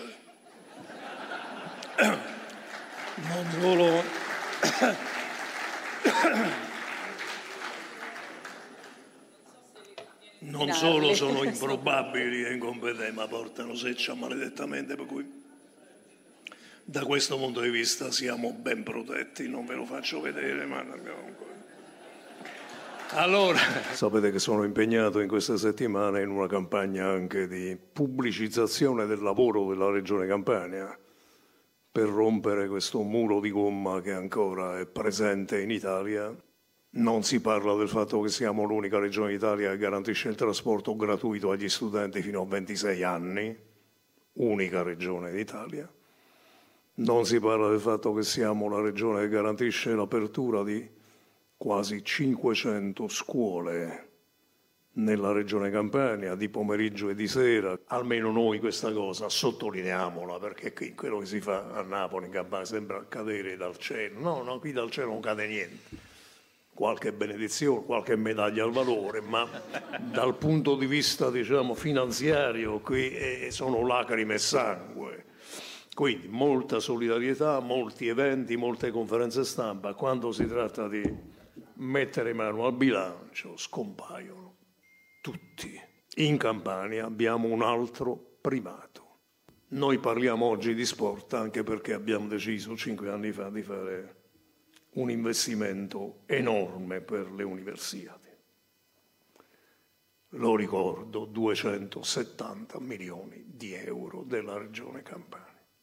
Non solo sono improbabili e incompetenti, ma portano seccia maledettamente, per cui da questo punto di vista siamo ben protetti. Non ve lo faccio vedere, ma abbiamo ancora. Allora, sapete che sono impegnato in queste settimane in una campagna anche di pubblicizzazione del lavoro della Regione Campania per rompere questo muro di gomma che ancora è presente in Italia. Non si parla del fatto che siamo l'unica regione d'Italia che garantisce il trasporto gratuito agli studenti fino a 26 anni, unica regione d'Italia. Non si parla del fatto che siamo la regione che garantisce l'apertura di quasi 500 scuole nella regione Campania, di pomeriggio e di sera. Almeno noi questa cosa sottolineiamola, perché qui quello che si fa a Napoli, in Campania, sembra cadere dal cielo. No, qui dal cielo non cade niente. Qualche benedizione, qualche medaglia al valore, ma dal punto di vista, diciamo, finanziario qui sono lacrime e sangue. Quindi molta solidarietà, molti eventi, molte conferenze stampa. Quando si tratta di mettere mano al bilancio scompaiono tutti. In Campania abbiamo un altro primato. Noi parliamo oggi di sport anche perché abbiamo deciso 5 anni fa di fare un investimento enorme per le Universiadi. lo ricordo, 270 milioni di euro della Regione Campania.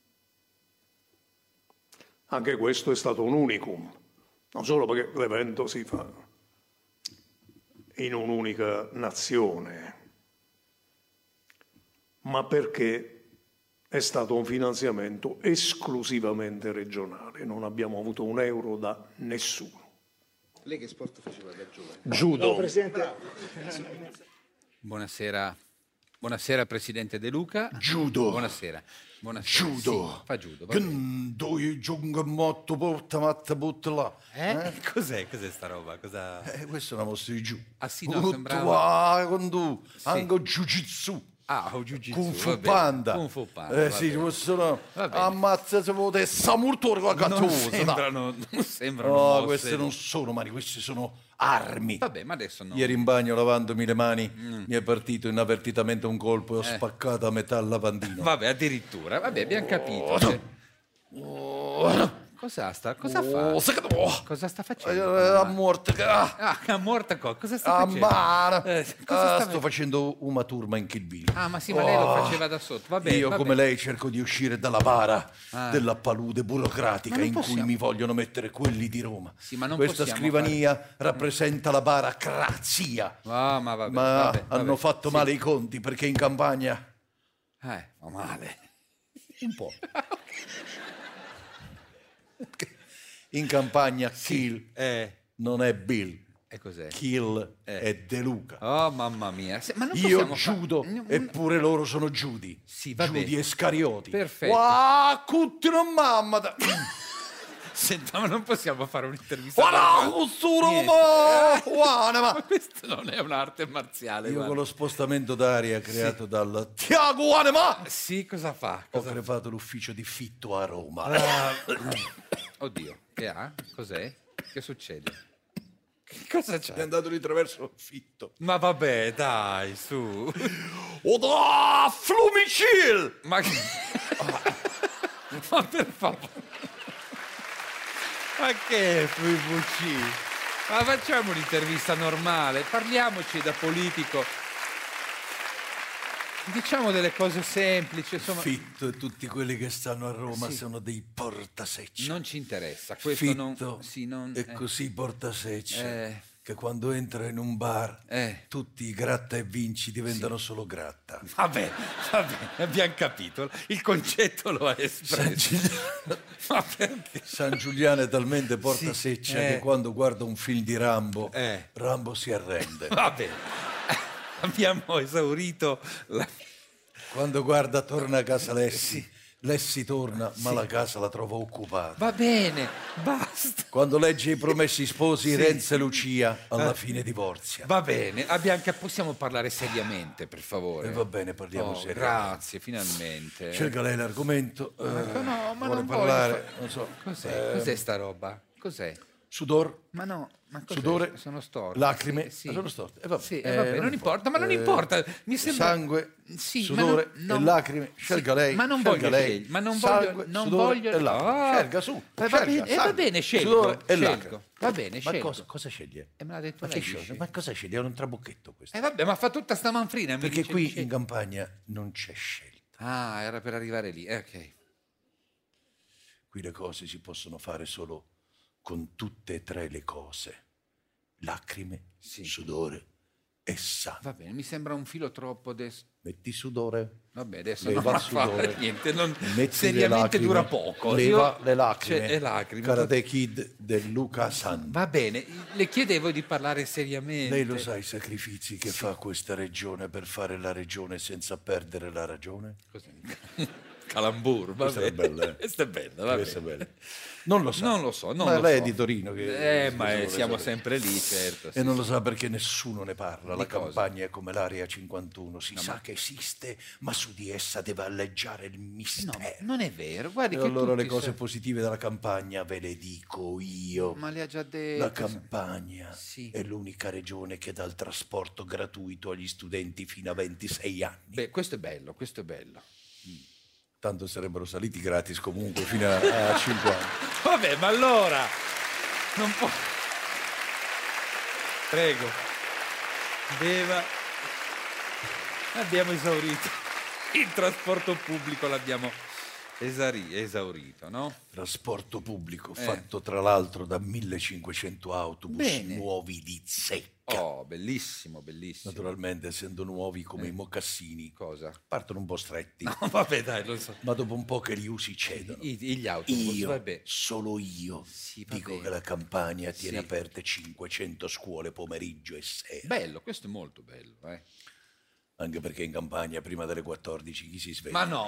Anche questo è stato un unicum, non solo perché l'evento si fa in un'unica nazione, ma perché è stato un finanziamento esclusivamente regionale, non abbiamo avuto un euro da nessuno. Lei che sport faceva da giovane? Judo. No, Presidente. Buonasera. Buonasera Presidente De Luca. Judo. Buonasera. Judo. Sì, fa judo. Va bene. Dove giungo molto porta matta butta là. Cos'è sta roba? Cosa... Questa è una mossa di giù. Ah sì, no, sembrava... Con tu, Sì. anche jiu-jitsu. Ah, o jiu-jitsu. Kung Fu va bene. Panda. Kung Fu Panda. Sì, va bene. questo Va bene. ammazza se vuole samurtore con la Non cattosa. non sembrano No, mosse. queste non sono mani, queste sono armi. Vabbè, ma adesso no. Ieri in bagno lavandomi le mani mi è partito inavvertitamente un colpo e ho spaccato a metà il lavandino. Vabbè, addirittura. Vabbè, abbiamo capito. Cosa fa? Cosa sta facendo? A morte. A morte cosa sta facendo? Sto facendo una turma in Kill Bill. Ah, ma sì, ma lei lo faceva da sotto. Va bene, Io va come bene. lei cerco di uscire dalla bara della palude burocratica Ma non in cui possiamo. mi vogliono mettere quelli di Roma. Sì, ma non Questa possiamo scrivania rappresenta la baracrazia. Ah, ma vabbè, Ma vabbè, hanno fatto sì. male i conti perché in campagna Va male. un po'. In campagna Kill non è Bill. E cos'è? Kill è De Luca. Oh, mamma mia. Ma non Io possiamo Giudo, eppure loro sono Giudi. Sì, va Giudi bene. Iscarioti. Perfetto. Wow, cuttino mamma. Senta, ma non possiamo fare un'intervista. Guarda, Ma questo non è un'arte marziale. Io guarda. con lo spostamento d'aria creato dal Tiago Anema Sì, cosa fa? ho creato l'ufficio di Fitto a Roma. Oddio, che ha? Cos'è? Che succede? Che cosa c'è? È andato di traverso Fitto. Ma vabbè, dai, su. Oda Flumicil! Ma che... Ma per favore. Ma che FVC? Ma facciamo un'intervista normale, parliamoci da politico. Diciamo delle cose semplici, insomma. Fitto e tutti quelli che stanno a Roma Sì. sono dei portasecce. Non ci interessa, questo Fitto non... è così portasecce Eh. che quando entra in un bar tutti i gratta e vinci diventano solo gratta. Vabbè, abbiamo capito. Il concetto lo ha espresso. Ma perché? San Giuliano è talmente portaseccia che quando guarda un film di Rambo, Rambo si arrende. Vabbè, abbiamo esaurito la... Quando guarda torna a casa Lessi, Lessi torna, ma la casa la trova occupata. Va bene, basta. Quando legge I Promessi Sposi, Renzo e Lucia, alla fine divorzia. Va bene, possiamo parlare seriamente, per favore. Va bene, parliamo seriamente. Grazie, finalmente. Scelga lei l'argomento. No, ma vuole non parlare, voglio non so. Cos'è sta roba? Cos'è? Sudor? Ma no, ma cos'è? Sudore? Sono storte. Lacrime? Sì. Sono storte. Vabbè, Sì, vabbè, non importa, ma non importa. Mi sembra... Sangue, Sì, sudore ma non- e lacrime. Scelga lei. Ma non scelga voglio lei. scegliere, ma non Sangue, voglio, non sudore voglio... e lacrime. Ah. Scelga su. Va scelga, bene, va sangue, bene, scelgo. Sudore e scelgo. lacrime. Va bene, Ma scelgo. cosa sceglie? E me l'ha detto Ma lei. che di sceglie? Ma cosa sceglie? È un trabocchetto questo. vabbè, ma fa tutta sta manfrina. mi Perché dice qui di in campagna non c'è scelta. Ah, era per arrivare lì. Ok. Qui le cose si possono fare solo con tutte e tre le cose. Lacrime, sudore e sangue. Va bene, mi sembra un filo troppo adesso. Metti sudore. Vabbè, adesso Leva non il sudore. fare niente, non... Metti seriamente le lacrime, dura poco. Leva Io- le lacrime. Cioè, le lacrime. Karate Kid del Luca San. Va bene, le chiedevo di parlare seriamente. Lei lo sa i sacrifici che fa questa regione per fare la regione senza perdere la ragione? Calambur, va Questa è bene. bella, Questa è bella, va Questa è bene. bella. Non lo sa. Non lo so, non Ma lo lei so. è di Torino. Che Ma vuole siamo sapere. sempre lì, certo. E non lo sa perché nessuno ne parla. La Di cosa? campagna è come l'area 51. Si sa che esiste, ma su di essa deve alleggiare il mistero. Non è vero, guardi E che allora le tutti cose sa- positive della campagna ve le dico io. Ma le ha già detto. La Campania Sì. è l'unica regione che dà il trasporto gratuito agli studenti fino a 26 anni. Beh, questo è bello, questo è bello. Tanto sarebbero saliti gratis comunque fino a 5 anni. Vabbè, ma allora non può. Prego. Beva. Abbiamo esaurito. Il trasporto pubblico l'abbiamo esaurito, no? Trasporto pubblico fatto tra l'altro da 1500 autobus nuovi di zecca. Oh, bellissimo, bellissimo. Naturalmente, essendo nuovi come i mocassini, cosa? Partono un po' stretti. No, vabbè, dai, lo so. Ma dopo un po' che li usi cedono. Gli autobus, Io, vabbè. solo io, dico che la Campania tiene aperte 500 scuole pomeriggio e sera. Bello, questo è molto bello, Anche perché in Campania prima delle 14 chi si sveglia? Ma no.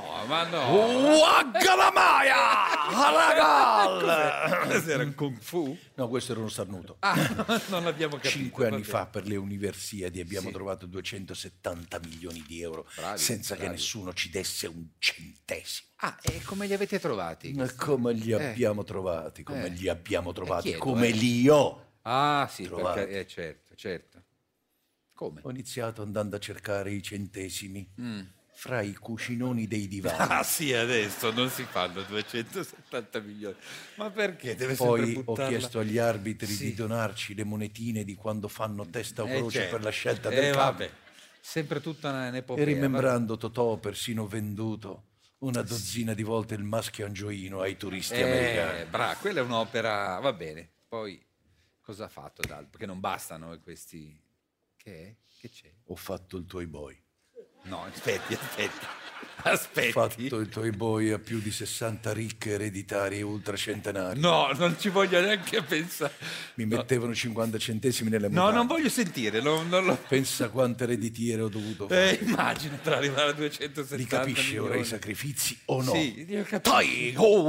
Cos'era un kung fu? No, questo era uno starnuto. Non l'abbiamo capito. 5 anni fa per le Universiadi abbiamo trovato 270 milioni di euro senza che nessuno ci desse un centesimo. E come li avete trovati? Come li abbiamo trovati, come li ho trovati. Perché, certo. Come? Ho iniziato andando a cercare i centesimi fra i cucinoni dei divani. Sì, adesso non si fanno 270 milioni. Ma perché? Deve Poi sempre buttarla. ho chiesto agli arbitri di donarci le monetine di quando fanno testa o croce per la scelta del campo. Vabbè. Sempre tutta un'epopea. E rimembrando Totò, ho persino venduto una dozzina di volte il maschio angioino ai turisti americani. Bravo, quella è un'opera, va bene. Poi cosa ha fatto d'altro? Perché non bastano questi... Che c'è? Ho fatto il Toy Boy. No, aspetti. Ho fatto il Toy Boy a più di 60 ricche ereditarie ultracentenarie. No, non ci voglio neanche pensare. Mi mettevano 50 centesimi nelle mutande. No, non voglio sentire. Pensa quante ereditiere ho dovuto fare. Immagino, per arrivare a 270 Li capisci milioni. ora i sacrifici o no? Sì, io capisco. Dai,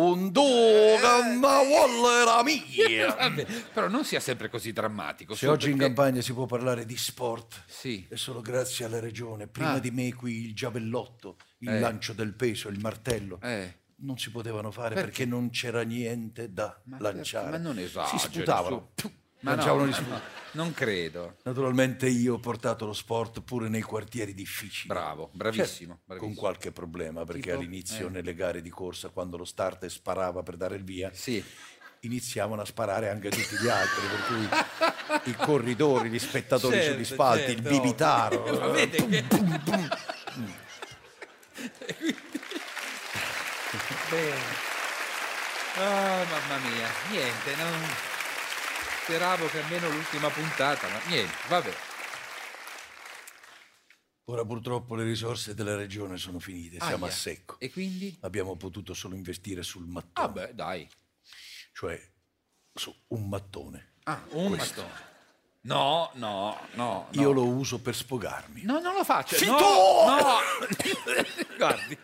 vollera mia! Vabbè, però non sia sempre così drammatico. Se oggi in Campania si può parlare di sport, è solo grazie alla regione. Prima di me qui il giavellotto, il lancio del peso, il martello. Non si potevano fare perché non c'era niente da lanciare. Ma non esagero. Si sputavano. Non credo. Naturalmente io ho portato lo sport pure nei quartieri difficili. Bravo, bravissimo. Con qualche problema, perché all'inizio nelle gare di corsa, quando lo starter sparava per dare il via, iniziavano a sparare anche tutti gli altri, per cui i corridori, gli spettatori sugli spalti, il bibitaro. Ma vede che... Bene. Mamma mia, niente, speravo che almeno l'ultima puntata, ma niente, vabbè. Ora purtroppo le risorse della regione sono finite, siamo a secco. E quindi? Abbiamo potuto solo investire sul mattone. Dai. Cioè, su un mattone. Un mattone. No. Io lo uso per sfogarmi. No, non lo faccio. Fitto! No. Guardi.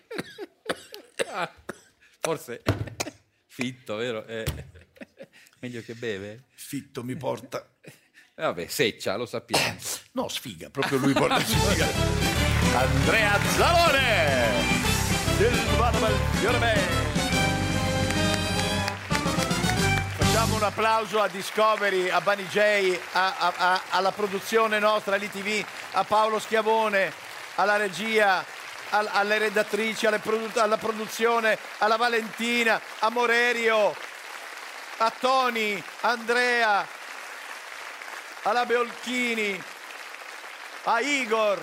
Forse Fitto, vero? Meglio che beve? Fitto mi porta... Vabbè, seccia, lo sappiamo. No, sfiga, proprio lui porta sfiga. Andrea Zalone! Silvano Belfiore. Facciamo un applauso a Discovery, a Bunny J, alla produzione nostra, all'ITV, a Paolo Schiavone, alla regia, alle redattrici, alla produzione, alla Valentina, a Morerio, a Tony, Andrea, alla Beolchini, a Igor,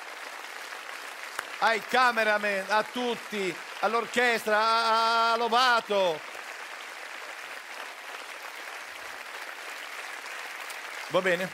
ai cameraman, a tutti, all'orchestra, a Lovato. Va bene.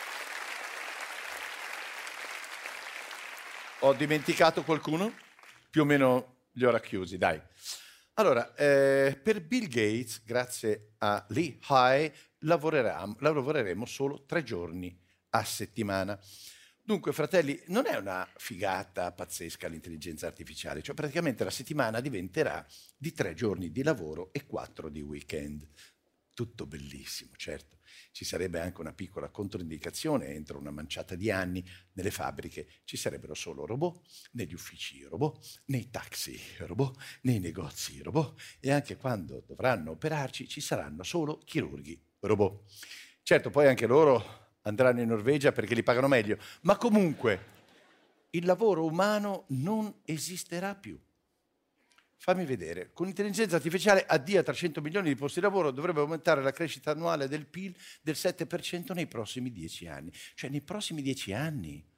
Ho dimenticato qualcuno? Più o meno li ho racchiusi, dai. Allora, per Bill Gates, grazie a Lee High, lavoreremo solo 3 giorni a settimana. Dunque, fratelli, non è una figata pazzesca l'intelligenza artificiale, cioè praticamente la settimana diventerà di 3 giorni di lavoro e 4 di weekend. Tutto bellissimo, certo. Ci sarebbe anche una piccola controindicazione: entro una manciata di anni nelle fabbriche ci sarebbero solo robot, negli uffici robot, nei taxi robot, nei negozi robot, e anche quando dovranno operarci ci saranno solo chirurghi robot. Certo, poi anche loro andranno in Norvegia perché li pagano meglio, ma comunque il lavoro umano non esisterà più. Fammi vedere, con l'intelligenza artificiale addio a 300 milioni di posti di lavoro, dovrebbe aumentare la crescita annuale del PIL del 7% nei prossimi 10 anni. Cioè nei prossimi 10 anni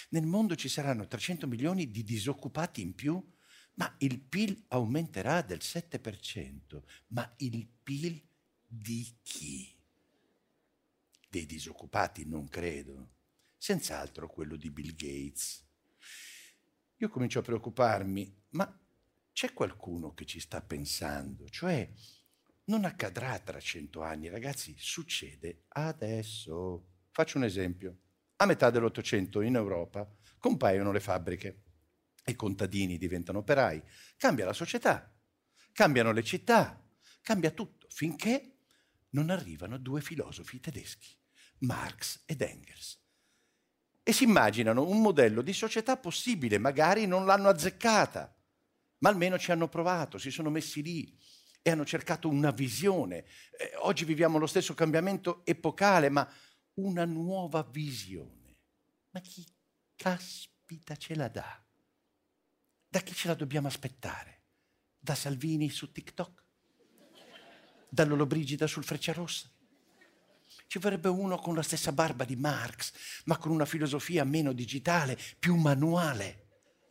Nel mondo ci saranno 300 milioni di disoccupati in più, ma il PIL aumenterà del 7%. Ma il PIL di chi? Dei disoccupati non credo. Senz'altro quello di Bill Gates. Io comincio a preoccuparmi, ma c'è qualcuno che ci sta pensando? Cioè, non accadrà tra 100 anni, ragazzi, succede adesso. Faccio un esempio. A metà dell'Ottocento in Europa compaiono le fabbriche, i contadini diventano operai, cambia la società, cambiano le città, cambia tutto, finché non arrivano due filosofi tedeschi, Marx ed Engels, e si immaginano un modello di società possibile. Magari non l'hanno azzeccata, ma almeno ci hanno provato, si sono messi lì e hanno cercato una visione. Oggi viviamo lo stesso cambiamento epocale, ma una nuova visione. Ma chi caspita ce la dà? Da chi ce la dobbiamo aspettare? Da Salvini su TikTok? Da Lollobrigida sul Frecciarossa? Ci vorrebbe uno con la stessa barba di Marx, ma con una filosofia meno digitale, più manuale.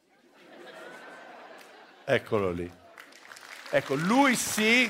Eccolo lì. Ecco, lui sì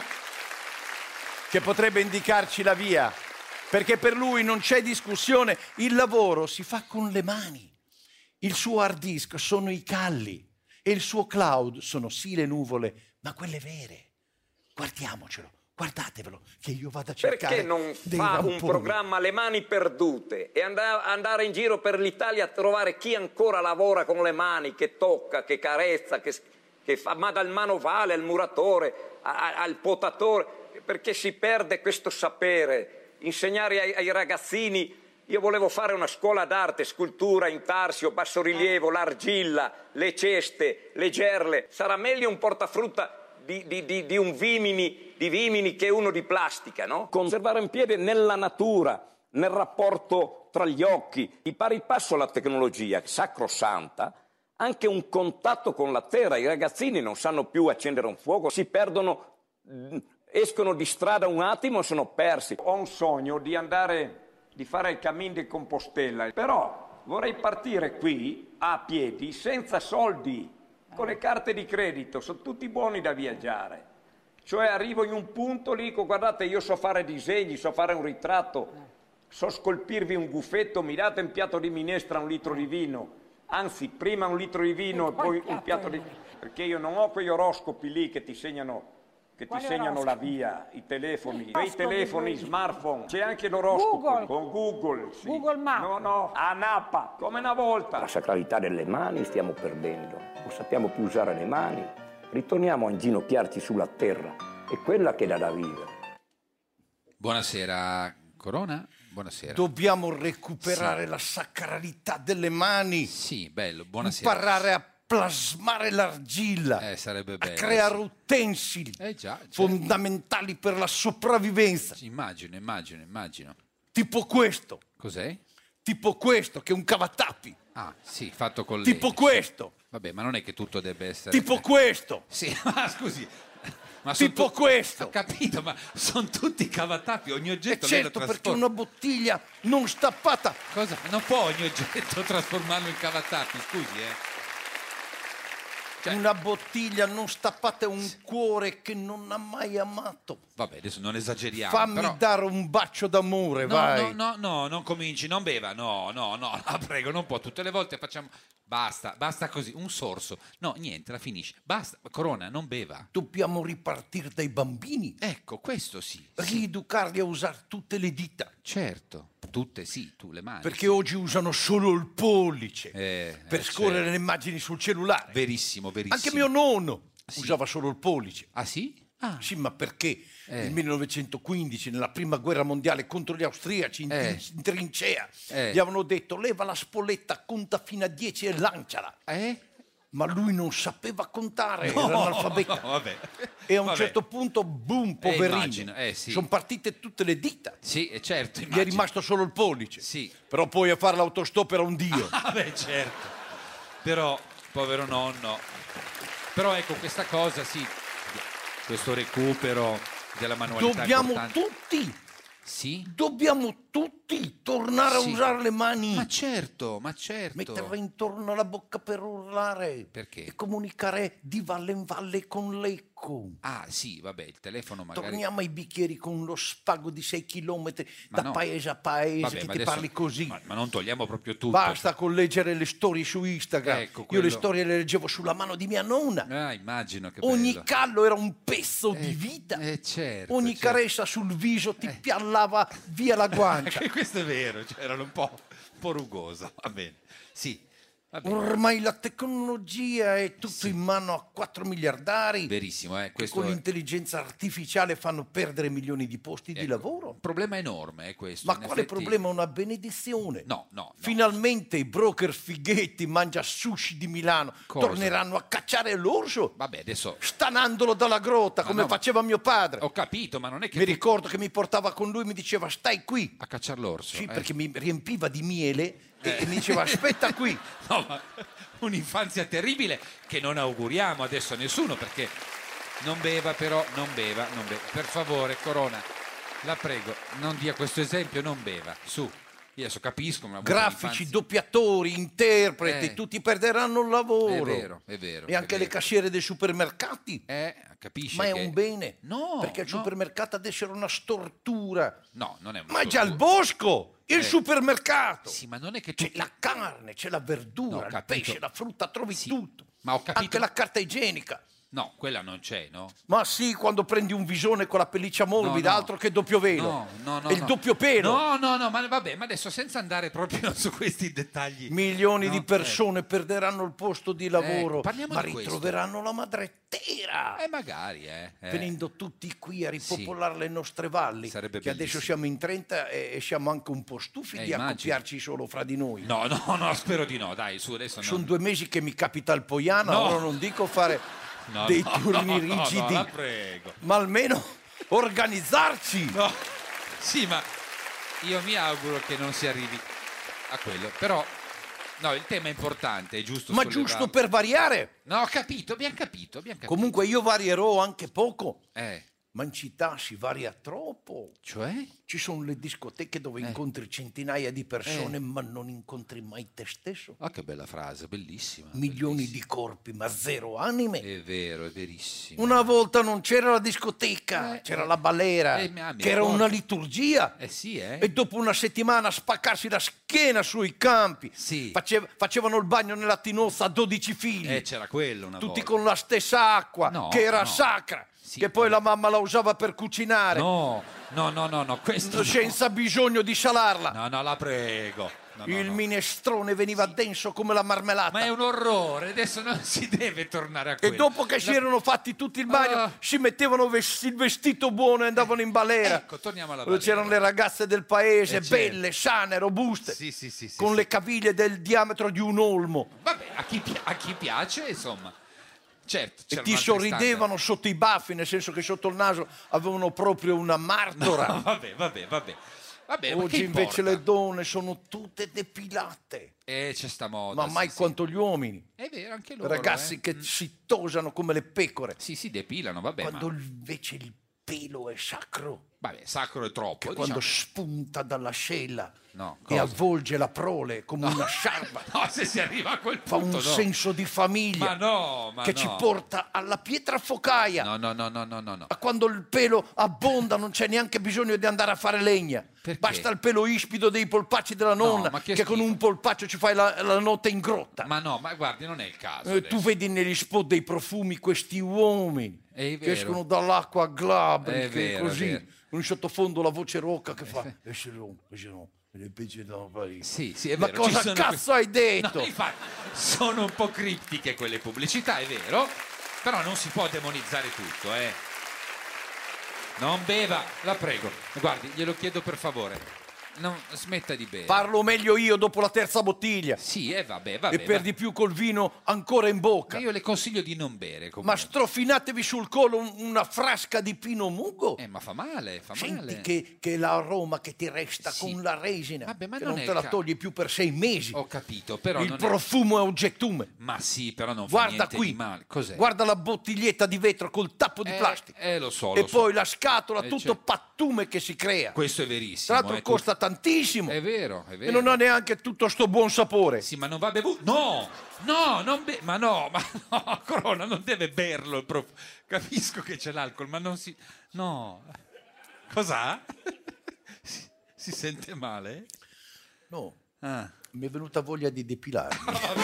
che potrebbe indicarci la via, perché per lui non c'è discussione, il lavoro si fa con le mani, il suo hard disk sono i calli e il suo cloud sono sì le nuvole, ma quelle vere. Guardiamocelo, guardatevelo, che io vado a cercare. Perché non fa un programma Le mani perdute e andare in giro per l'Italia a trovare chi ancora lavora con le mani, che tocca, che carezza, che fa, ma dal manovale al muratore, al potatore, perché si perde questo sapere. Insegnare ai ragazzini, io volevo fare una scuola d'arte, scultura, intarsio, bassorilievo, l'argilla, le ceste, le gerle. Sarà meglio un portafrutta di un vimini che uno di plastica, no? Conservare in piedi nella natura, nel rapporto tra gli occhi, di pari passo alla tecnologia sacrosanta, anche un contatto con la terra. I ragazzini non sanno più accendere un fuoco, si perdono, escono di strada un attimo e sono persi. Ho un sogno di fare il Cammin di Compostela, però vorrei partire qui a piedi, senza soldi, con le carte di credito, sono tutti buoni da viaggiare. Cioè arrivo in un punto lì, guardate, io so fare disegni, so fare un ritratto, so scolpirvi un buffetto, mi date un piatto di minestra, un litro di vino, anzi prima un litro di vino e poi un piatto di... Perché io non ho quegli oroscopi lì che ti segnano la via, i telefoni, smartphone, c'è anche l'oroscopo con Google, sì. Google Maps. No, a Napa, come una volta. La sacralità delle mani stiamo perdendo, non sappiamo più usare le mani, ritorniamo a inginocchiarci sulla terra, è quella che dà da vivere. Buonasera Corona, buonasera. Dobbiamo recuperare la sacralità delle mani. Sì, bello, buonasera. Imparare a plasmare l'argilla, sarebbe bello, a creare utensili fondamentali per la sopravvivenza. Immagino. Tipo questo. Cos'è? Tipo questo, che è un cavatappi. Ah, sì, fatto con tipo questo. Vabbè, ma non è che tutto deve essere... Tipo questo. Sì, ma scusi... Ma tipo questo. Ho capito, ma sono tutti cavatappi, ogni oggetto... E certo, perché una bottiglia non stappata... Cosa? Non può ogni oggetto trasformarlo in cavatappi, scusi, Una bottiglia non stappata è un cuore che non ha mai amato. Vabbè, adesso non esageriamo. Fammi dare un bacio d'amore, vai. No, non cominci, non beva. No, la prego, non può. Tutte le volte facciamo... Basta così, un sorso. No, niente, la finisce. Basta, Corona, non beva. Dobbiamo ripartire dai bambini. Ecco, questo sì. Rieducarli a usare tutte le dita. Certo, tutte sì, tu le mani. Perché oggi usano solo il pollice per scorrere le immagini sul cellulare. Verissimo. Anche mio nonno usava solo il pollice. Ah sì? Ah. Sì, ma perché nel 1915, nella prima guerra mondiale contro gli austriaci in trincea, gli avevano detto leva la spoletta, conta fino a 10 e lanciala. Ma lui non sapeva contare, era analfabeta. Vabbè. E a un certo punto, boom, poverino. Sì. Sono partite tutte le dita. Sì, certo. Gli è rimasto solo il pollice. Sì. Però poi a fare l'autostop era un dio. Certo. Però, povero nonno. Però ecco, questa cosa, sì, questo recupero della manualità dobbiamo importante. tutti Sì? Dobbiamo tutti tornare a usare le mani. Ma certo. Metterla intorno alla bocca per urlare. Perché? E comunicare di valle in valle con l'eco. Ah, sì, vabbè, il telefono magari... Torniamo ai bicchieri con lo spago di 6 chilometri Ma da no. paese a paese, Vabbè, che ma ti adesso- parli così. Ma non togliamo proprio tutto. Basta con leggere le storie su Instagram. Ecco, Io quello- le storie le leggevo sulla mano di mia nonna. Ah, immagino che Ogni bello. callo era un pezzo di vita. Certo, Ogni certo. carezza sul viso ti piallava via la guancia. Questo è vero, cioè, erano un po' rugoso, va bene. Sì, va bene. Ormai la tecnologia è tutto in mano a 4 miliardari. Verissimo, Che questo con è l'intelligenza artificiale fanno perdere milioni di posti di lavoro. un problema enorme, questo. Ma in quale effetti- problema? Una benedizione. No. Finalmente i broker fighetti mangia sushi di Milano Cosa? torneranno a cacciare l'orso. Vabbè, adesso... Stanandolo dalla grotta come no, ma- faceva mio padre. Ho capito, ma non è che... Mi ricordo che mi portava con lui e mi diceva stai qui. A cacciar l'orso. Sì, perché mi riempiva di miele e mi diceva aspetta qui. No, ma un'infanzia terribile che non auguriamo adesso a nessuno, perché non beva però, non beva. Per favore, Corona, la prego, non dia questo esempio, non beva. Su, io adesso capisco. Ma Grafici, doppiatori, interpreti, tutti perderanno il lavoro. È vero. E anche le cassiere dei supermercati. Capisci Ma è che- un bene. No, perché il no. supermercato adesso era una stortura. No, non è una Ma è già il stortura. bosco, il supermercato. Sì, ma non è che C'è la carne, c'è la verdura, il capito. pesce, la frutta, trovi tutto. Ma ho capito. Anche la carta igienica. No, quella non c'è, no? Ma sì, quando prendi un visone con la pelliccia morbida, No, no. altro che doppio velo. No, È il doppio pelo. No, ma vabbè, ma adesso senza andare proprio su questi dettagli. Milioni No, di persone perderanno il posto di lavoro, parliamo ma di questo. ritroveranno la madrettiera. Magari, Venendo tutti qui a ripopolare le nostre valli, Sarebbe che adesso bellissimo. siamo in 30 e siamo anche un po' stufi di immagino. accoppiarci solo fra di noi. No, spero di no, dai, su adesso no. Sono 2 mesi che mi capita il Poiana, No. ora non dico fare No, dei no, turni no, rigidi, la prego. ma almeno organizzarci. No, sì, ma io mi auguro che non si arrivi a quello. Però, no, il tema è importante, è giusto Ma sollevarlo. giusto per variare. No, ho capito, abbiamo capito. Comunque io varierò anche poco. Eh. Ma in città si varia troppo. Cioè? Ci sono le discoteche dove incontri centinaia di persone, ma non incontri mai te stesso. Ah, che bella frase, bellissima. Milioni di corpi, ma zero anime. È vero, è verissimo. Una volta non c'era la discoteca, c'era la balera, mi che era ricordo. una liturgia. Sì, E dopo una settimana spaccarsi la schiena sui campi. Facevano il bagno nella tinozza a 12 figli. C'era quello una Tutti volta. con la stessa acqua, No, che era no. sacra. Che poi la mamma la usava per cucinare. No, questo senza bisogno di salarla. No, la prego. Il minestrone veniva denso come la marmellata. Ma è un orrore, adesso non si deve tornare a quello. E dopo che si erano fatti tutti il bagno, si mettevano il vestito buono e andavano in balera. Ecco, torniamo alla Dove balera. c'erano le ragazze del paese, certo. belle, sane, robuste, Sì, con le caviglie del diametro di un olmo. Vabbè, a chi piace, insomma. Certo, E c'erano ti altri sorridevano sotto i baffi, nel senso che sotto il naso avevano proprio una martora. standard. Vabbè. Vabbè, ma Oggi che invece importa? le donne sono tutte depilate. C'è sta moda. Ma mai sì. quanto gli uomini. È vero, anche loro. Ragazzi che si tosano come le pecore. Sì, si depilano, vabbè. Quando ma... invece il pelo è sacro. Vabbè, sacro è troppo. Che quando diciamo. spunta dall'ascella No, e cosa? avvolge la prole come una sciarpa. No, se si arriva a quel Fa punto, un no. senso di famiglia Ma che no. ci porta alla pietra focaia. No. A quando il pelo abbonda non c'è neanche bisogno di andare a fare legna. Basta il pelo ispido dei polpacci della nonna, ma che che con un polpaccio ci fai la notte in grotta. Ma no, ma guardi, non è il caso. Tu adesso. vedi negli spot dei profumi questi uomini È che vero. escono dall'acqua È glabri, vero, è così, vero. in sottofondo la voce rocca che fa le pezze da Parigi. Sì, è Ma vero. ci cosa sono cazzo hai detto? No, infatti, sono un po' criptiche quelle pubblicità, è vero, però non si può demonizzare tutto, Non beva, la prego. Guardi, glielo chiedo per favore. smetta di bere. Parlo meglio io dopo la terza bottiglia. Sì, vabbè. E per di più col vino ancora in bocca. Ma io le consiglio di non bere. Comunque. Ma strofinatevi sul collo una frasca di Pinot Mugo. Ma fa male, Senti che l'aroma che ti resta con la resina. Vabbè, ma che non non è te la togli più per 6 mesi. Ho capito, però il non profumo è oggettume. Ma sì, però non fa Guarda niente qui. di male. Cos'è? Guarda la bottiglietta di vetro col tappo di plastica. Lo so. E poi la scatola, tutto pattume che si crea. Questo è verissimo. Tra l'altro costa tantissimo. È vero. E non ha neanche tutto sto buon sapore. Sì, ma non va bevuto. No, ma no, Corona non deve berlo. Capisco che c'è l'alcol, ma non si... No. Cos'ha? Si sente male? No. Mi è venuta voglia di depilarmi.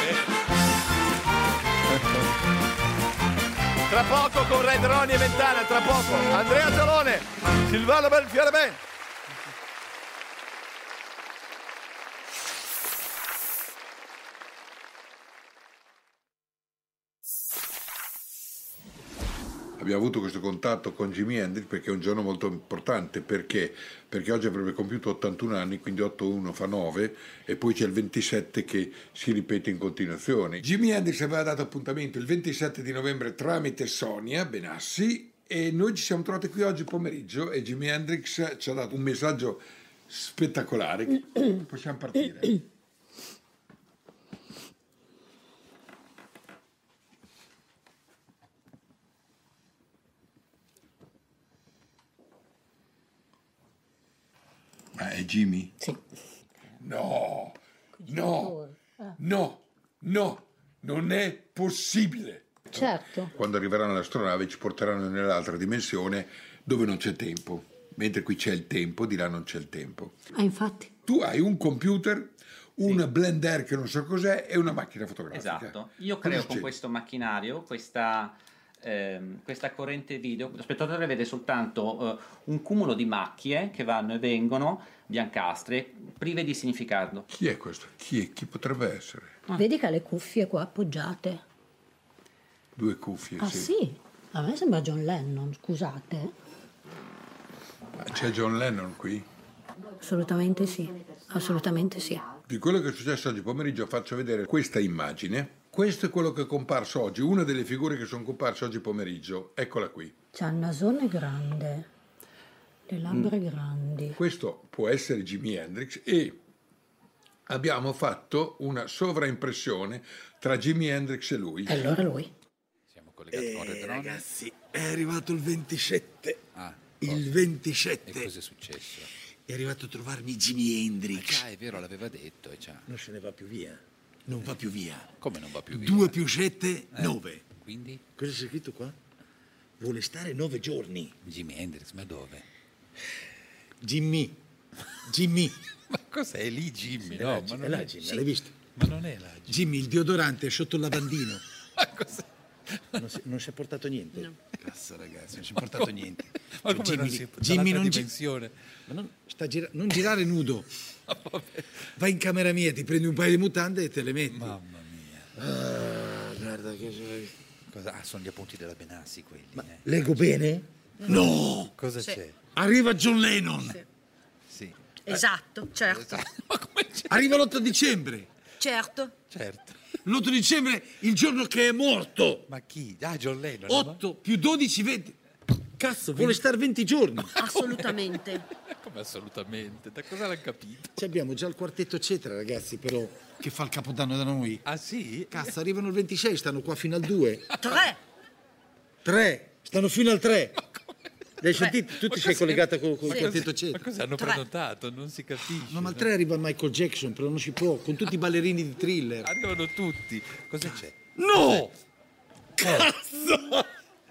Tra poco con Red Ronnie e Mentana, tra poco. Andrea Gialone, Silvano Belfiore Ben. Abbiamo avuto questo contatto con Jimi Hendrix perché è un giorno molto importante. Perché oggi avrebbe compiuto 81 anni, quindi 8-1 fa 9, e poi c'è il 27 che si ripete in continuazione. Jimi Hendrix aveva dato appuntamento il 27 di novembre tramite Sonia Benassi e noi ci siamo trovati qui oggi pomeriggio e Jimi Hendrix ci ha dato un messaggio spettacolare. Possiamo partire. Ma è Jimmy? Sì. No, non è possibile. Certo. Quando arriveranno l'astronave ci porteranno nell'altra dimensione dove non c'è tempo, mentre qui c'è il tempo, di là non c'è il tempo. Infatti. Tu hai un computer, un blender che non so cos'è e una macchina fotografica. Esatto. Io creo con questo macchinario questa corrente video. Lo spettatore vede soltanto un cumulo di macchie che vanno e vengono, biancastre, prive di significato. Chi è questo? Chi potrebbe essere? Vedi che ha le cuffie qua appoggiate. 2 cuffie, Ah sì? A me sembra John Lennon, scusate. Ma c'è John Lennon qui? Assolutamente sì, assolutamente sì. Di quello che è successo oggi pomeriggio faccio vedere questa immagine. Questo è quello che è comparso oggi, una delle figure che sono comparse oggi pomeriggio. Eccola qui. C'ha il nasone grande, le labbra grandi. Questo può essere Jimi Hendrix e abbiamo fatto una sovraimpressione tra Jimi Hendrix e lui. E allora lui. Siamo collegati con Red Ronnie. Ragazzi, è arrivato il 27. Il 27. E cosa è successo? È arrivato a trovarmi Jimi Hendrix. È vero, l'aveva detto. Non se ne va più via. Non va più via. Come non va più via? 2 più 7, 9. Quindi? Cosa c'è scritto qua? Vuole stare 9 giorni. Jimi Hendrix, ma dove? Jimmy. Ma cos'è lì Jimmy? È là Jimmy, l'hai visto? Ma non è là Jimmy, il deodorante è sotto il lavandino. Ma cos'è? Non si è portato niente? No. Cazzo ragazzi, non si è portato niente. Ma come non si è Jimmy portato non dimensione? Ma non girare nudo. Vai in camera mia, ti prendi un paio di mutande e te le metti. Mamma mia. Guarda che... Cosa? Sono gli appunti della Benassi quelli. Leggo bene? No! Cosa c'è? Arriva John Lennon. Sì. Esatto, certo. Arriva l'8 dicembre. Certo. L'8 dicembre, il giorno che è morto. Ma chi? John Lennon. 8 più 12, 20. Cazzo, vuole stare 20 giorni. Assolutamente. Come assolutamente? Da cosa l'hanno capito? Abbiamo già il quartetto eccetera, ragazzi, però, che fa il capodanno da noi. Ah sì? Cazzo, arrivano il 26, stanno qua fino al 2. 3. Stanno fino al 3. L'hai sentito? Tu ti sei collegata con il quartetto eccetera. Ma cosa hanno prenotato? Non si capisce. No, ma al 3 arriva Michael Jackson, però non si può, con tutti i ballerini di Thriller. Arrivano tutti. Cosa c'è? No! Cazzo!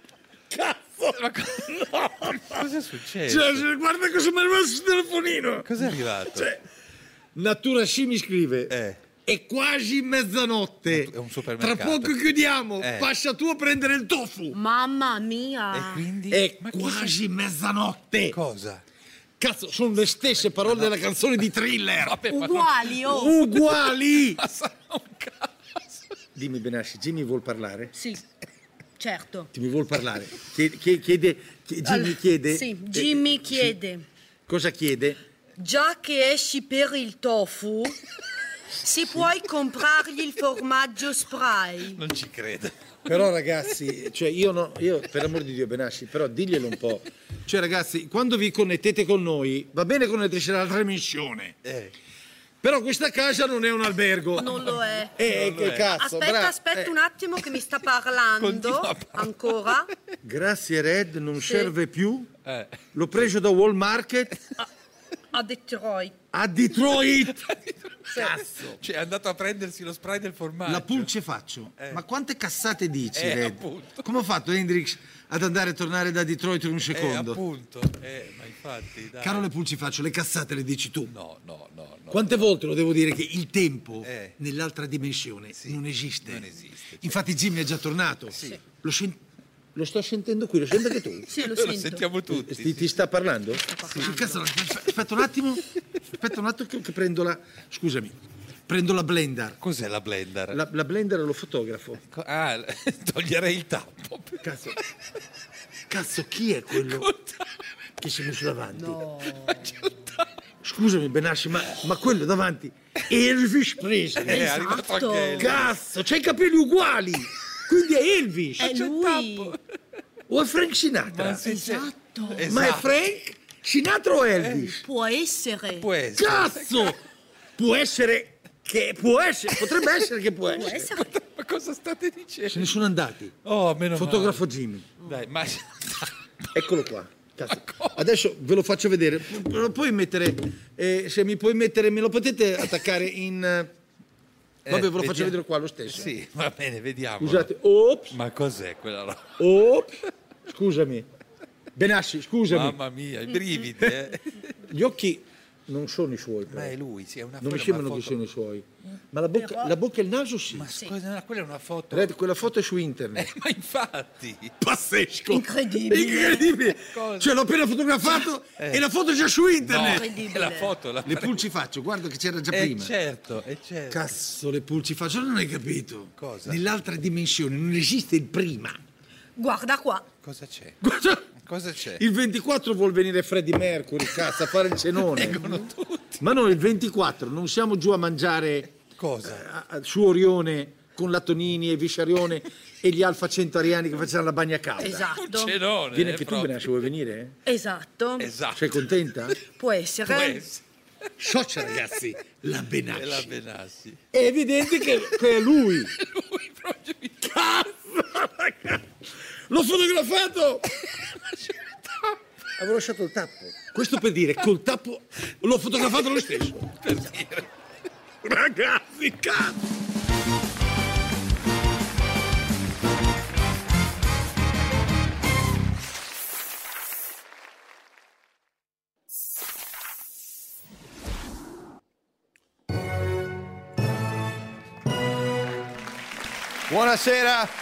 No! Cosa è successo? Guarda cosa mi è arrivato sul telefonino! Cos'è arrivato? Natura Sci mi scrive. È quasi mezzanotte. È un supermercato. Tra poco chiudiamo. Passa tu a prendere il tofu. Mamma mia. E quindi? È quasi mezzanotte. Cosa? Cazzo, sono le stesse parole della canzone di Thriller. Vabbè, Uguali, oh. Uguali. Ma sarà un caso. Dimmi Benassi, Jimmy vuol parlare? Sì, certo. Ti mi vuol parlare? Jimmy chiede. Sì, Jimmy chiede. Cosa chiede? Già che esci per il tofu, se puoi comprargli il formaggio spray. Non ci credo. Però ragazzi, cioè io per amor di Dio Benasci, però diglielo un po'. Cioè ragazzi, quando vi connettete con noi, va bene connetterci all'altra dimensione. Però questa casa non è un albergo. Non lo è. Che cazzo, aspetta un attimo che mi sta parlando. Ancora. Grazie Red, non serve più. L'ho preso da Walmart. A Detroit. A Detroit! Cazzo! Cioè è andato a prendersi lo spray del formaggio. La pulce faccio. Ma quante cassate dici, Red? Appunto. Come ha fatto Hendrix ad andare e tornare da Detroit in un secondo? Appunto. Ma infatti, dai. Caro le pulci faccio, le cassate le dici tu. No. Quante volte lo devo dire che il tempo nell'altra dimensione non esiste. Infatti Jimmy è già tornato. Sì. Lo sto sentendo qui, lo senti anche tu? Sì, lo sento. Sentiamo tutti. Ti sta parlando? Sì. Cazzo, aspetta un attimo che prendo la... Scusami, prendo la blender. Cos'è la blender? La blender lo fotografo. Toglierei il tappo. Cazzo, chi è quello che si è messo davanti? No. Scusami Benasci, ma quello davanti Elvis Presley. È arrivato anche Elvis. Cazzo, c'hai i capelli uguali. Quindi è Elvis. È lui. O è Frank Sinatra? Esatto. Ma è Frank Sinatra o Elvis? Può essere. Cazzo! Può essere che può essere. Potrebbe essere che può essere. Ma cosa state dicendo? Se ne sono andati. Oh, meno Fotografo male. Jimmy. Dai, ma... Eccolo qua. Cazzo. Adesso ve lo faccio vedere. Lo puoi mettere, se mi puoi mettere, me lo potete attaccare in... Vabbè, ve lo faccio vedere qua lo stesso. Sì, va bene, vediamo. Scusate, ops. Ma cos'è quella roba? Ops. Scusami. Benasci, scusami. Mamma mia, i brividi, Gli occhi non sono i suoi, però. Ma è lui, sì, è una foto. Non mi sembrano che siano i suoi. Ma la bocca e il naso sì. Ma scusa, quella è una foto. Red, quella foto è su internet. Ma infatti. Pazzesco. Incredibile. Cioè l'ho appena fotografato e la foto è già su internet. No, la foto. Le pulci faccio, guarda che c'era già prima. Certo. Cazzo, le pulci faccio, non hai capito. Cosa? Nell'altra dimensione non esiste il prima. Guarda qua. Cosa c'è? Cosa c'è? Il 24 vuol venire Freddie Mercury, cazzo, a fare il cenone. Vengono tutti. Ma noi il 24 non siamo giù a mangiare su Orione con la Tonini e Visciarione e gli Alfa Centariani che facevano la bagna calda. Esatto. Un cenone. Vieni anche tu, Benasci, vuoi venire? Esatto. Sei contenta? Può essere. Socia, ragazzi, la Benasci. È la Benasci. È evidente che è lui. Lui proprio. Cazzo, ragazzi. L'ho fotografato! Avevo lasciato il tappo. Questo per dire, col tappo l'ho fotografato lo stesso. Per dire. Ragazzi, cazzo! Buonasera.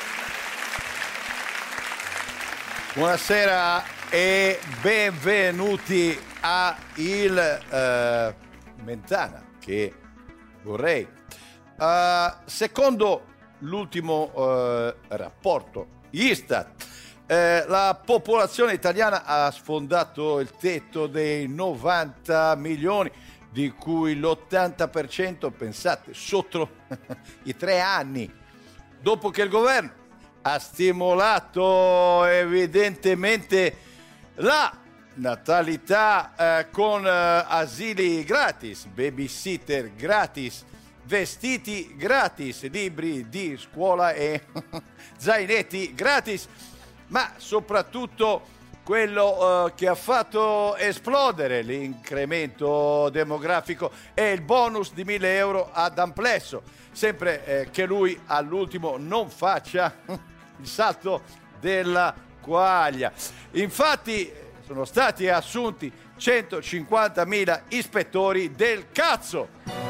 Buonasera e benvenuti a il Mentana che vorrei. Secondo l'ultimo rapporto Istat, la popolazione italiana ha sfondato il tetto dei 90 milioni, di cui l'80%, pensate, sotto i 3 anni, dopo che il governo ha stimolato evidentemente la natalità con asili gratis, babysitter gratis, vestiti gratis, libri di scuola e zainetti gratis, ma soprattutto quello che ha fatto esplodere l'incremento demografico è il bonus di 1.000 euro ad Amplesso, sempre che lui all'ultimo non faccia il salto della quaglia. Infatti sono stati assunti 150.000 ispettori del cazzo.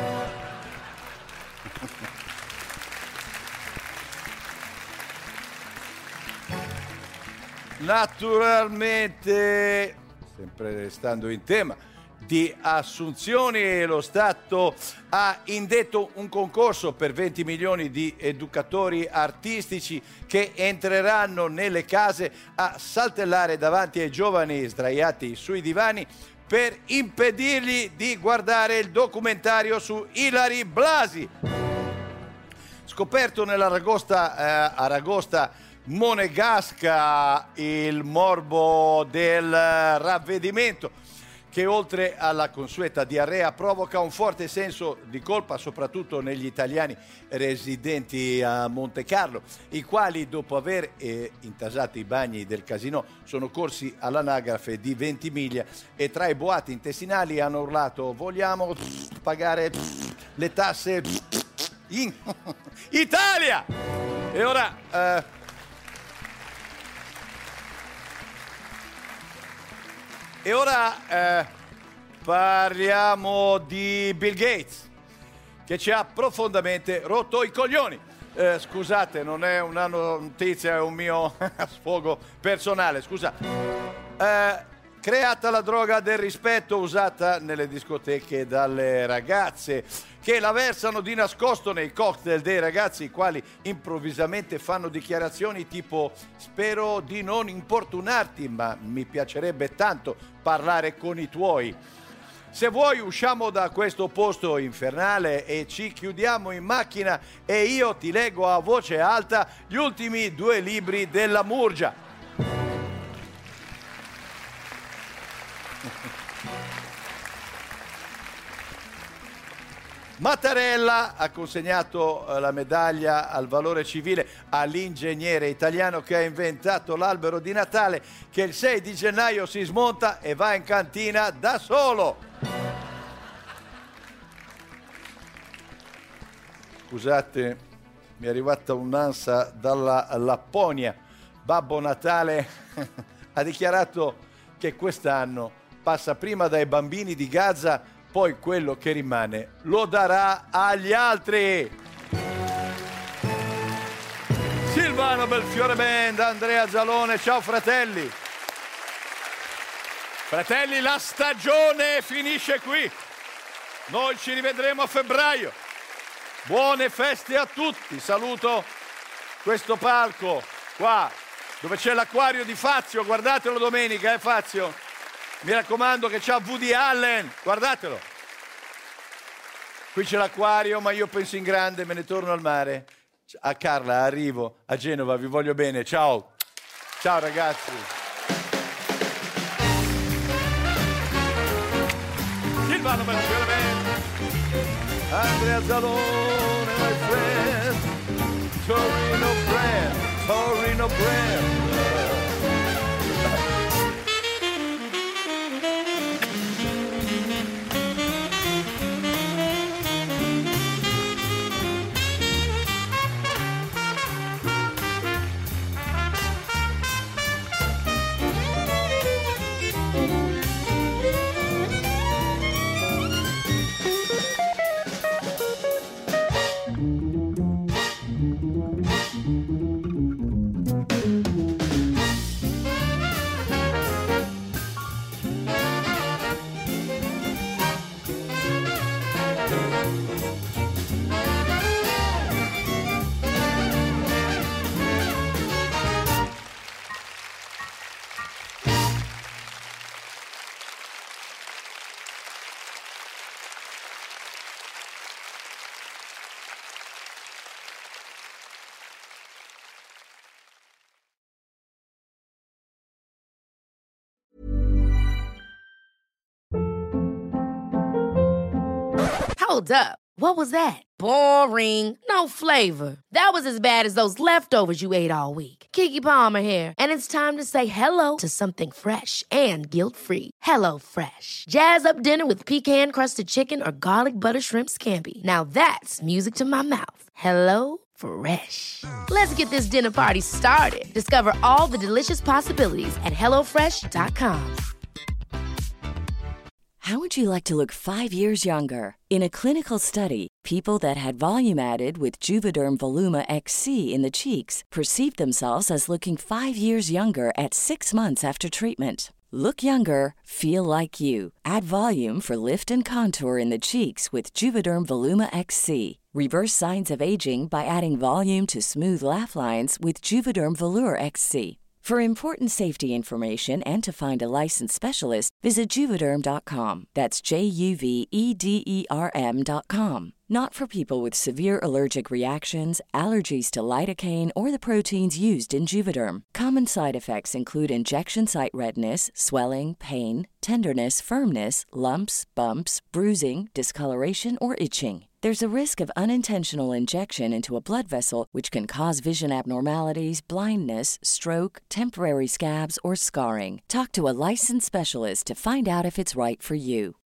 Naturalmente, sempre restando in tema di assunzioni, lo Stato ha indetto un concorso per 20 milioni di educatori artistici che entreranno nelle case a saltellare davanti ai giovani sdraiati sui divani per impedirgli di guardare il documentario su Ilary Blasi. Scoperto nell'Aragosta monegasca il morbo del ravvedimento, che oltre alla consueta diarrea provoca un forte senso di colpa, soprattutto negli italiani residenti a Monte Carlo, i quali dopo aver intasato i bagni del casinò sono corsi all'anagrafe di Ventimiglia e tra i boati intestinali hanno urlato: vogliamo pagare le tasse in Italia! E ora parliamo di Bill Gates, che ci ha profondamente rotto i coglioni. Scusate, non è una notizia, è un mio sfogo personale. Scusa. Creata la droga del rispetto usata nelle discoteche dalle ragazze, che la versano di nascosto nei cocktail dei ragazzi, i quali improvvisamente fanno dichiarazioni tipo: spero di non importunarti, ma mi piacerebbe tanto parlare con i tuoi. Se vuoi usciamo da questo posto infernale e ci chiudiamo in macchina e io ti leggo a voce alta gli ultimi 2 libri della Murgia. Mattarella ha consegnato la medaglia al valore civile all'ingegnere italiano che ha inventato l'albero di Natale, che il 6 di gennaio si smonta e va in cantina da solo. Scusate, mi è arrivata un'ansia dalla Lapponia. Babbo Natale ha dichiarato che quest'anno passa prima dai bambini di Gaza, poi quello che rimane lo darà agli altri. Silvano Belfiore Band, Andrea Zalone, ciao fratelli. Fratelli, la stagione finisce qui. Noi ci rivedremo a febbraio. Buone feste a tutti. Saluto questo palco qua, dove c'è l'acquario di Fazio. Guardatelo domenica, Fazio? Mi raccomando, che c'ha Woody Allen, guardatelo. Qui c'è l'acquario, ma io penso in grande, me ne torno al mare. A Carla, arrivo a Genova, vi voglio bene, ciao. Ciao ragazzi. Silvano Belfiore, Andrea Zalone, my friend. Torino Brand. Hold up. What was that? Boring. No flavor. That was as bad as those leftovers you ate all week. Keke Palmer here, and it's time to say hello to something fresh and guilt-free. Hello Fresh. Jazz up dinner with pecan-crusted chicken or garlic butter shrimp scampi. Now that's music to my mouth. Hello Fresh. Let's get this dinner party started. Discover all the delicious possibilities at HelloFresh.com. How would you like to look 5 years younger? In a clinical study, people that had volume added with Juvederm Voluma XC in the cheeks perceived themselves as looking 5 years younger at 6 months after treatment. Look younger, feel like you. Add volume for lift and contour in the cheeks with Juvederm Voluma XC. Reverse signs of aging by adding volume to smooth laugh lines with Juvederm Volure XC. For important safety information and to find a licensed specialist, visit Juvederm.com. That's JUVEDERM.com. Not for people with severe allergic reactions, allergies to lidocaine, or the proteins used in Juvederm. Common side effects include injection site redness, swelling, pain, tenderness, firmness, lumps, bumps, bruising, discoloration, or itching. There's a risk of unintentional injection into a blood vessel, which can cause vision abnormalities, blindness, stroke, temporary scabs, or scarring. Talk to a licensed specialist to find out if it's right for you.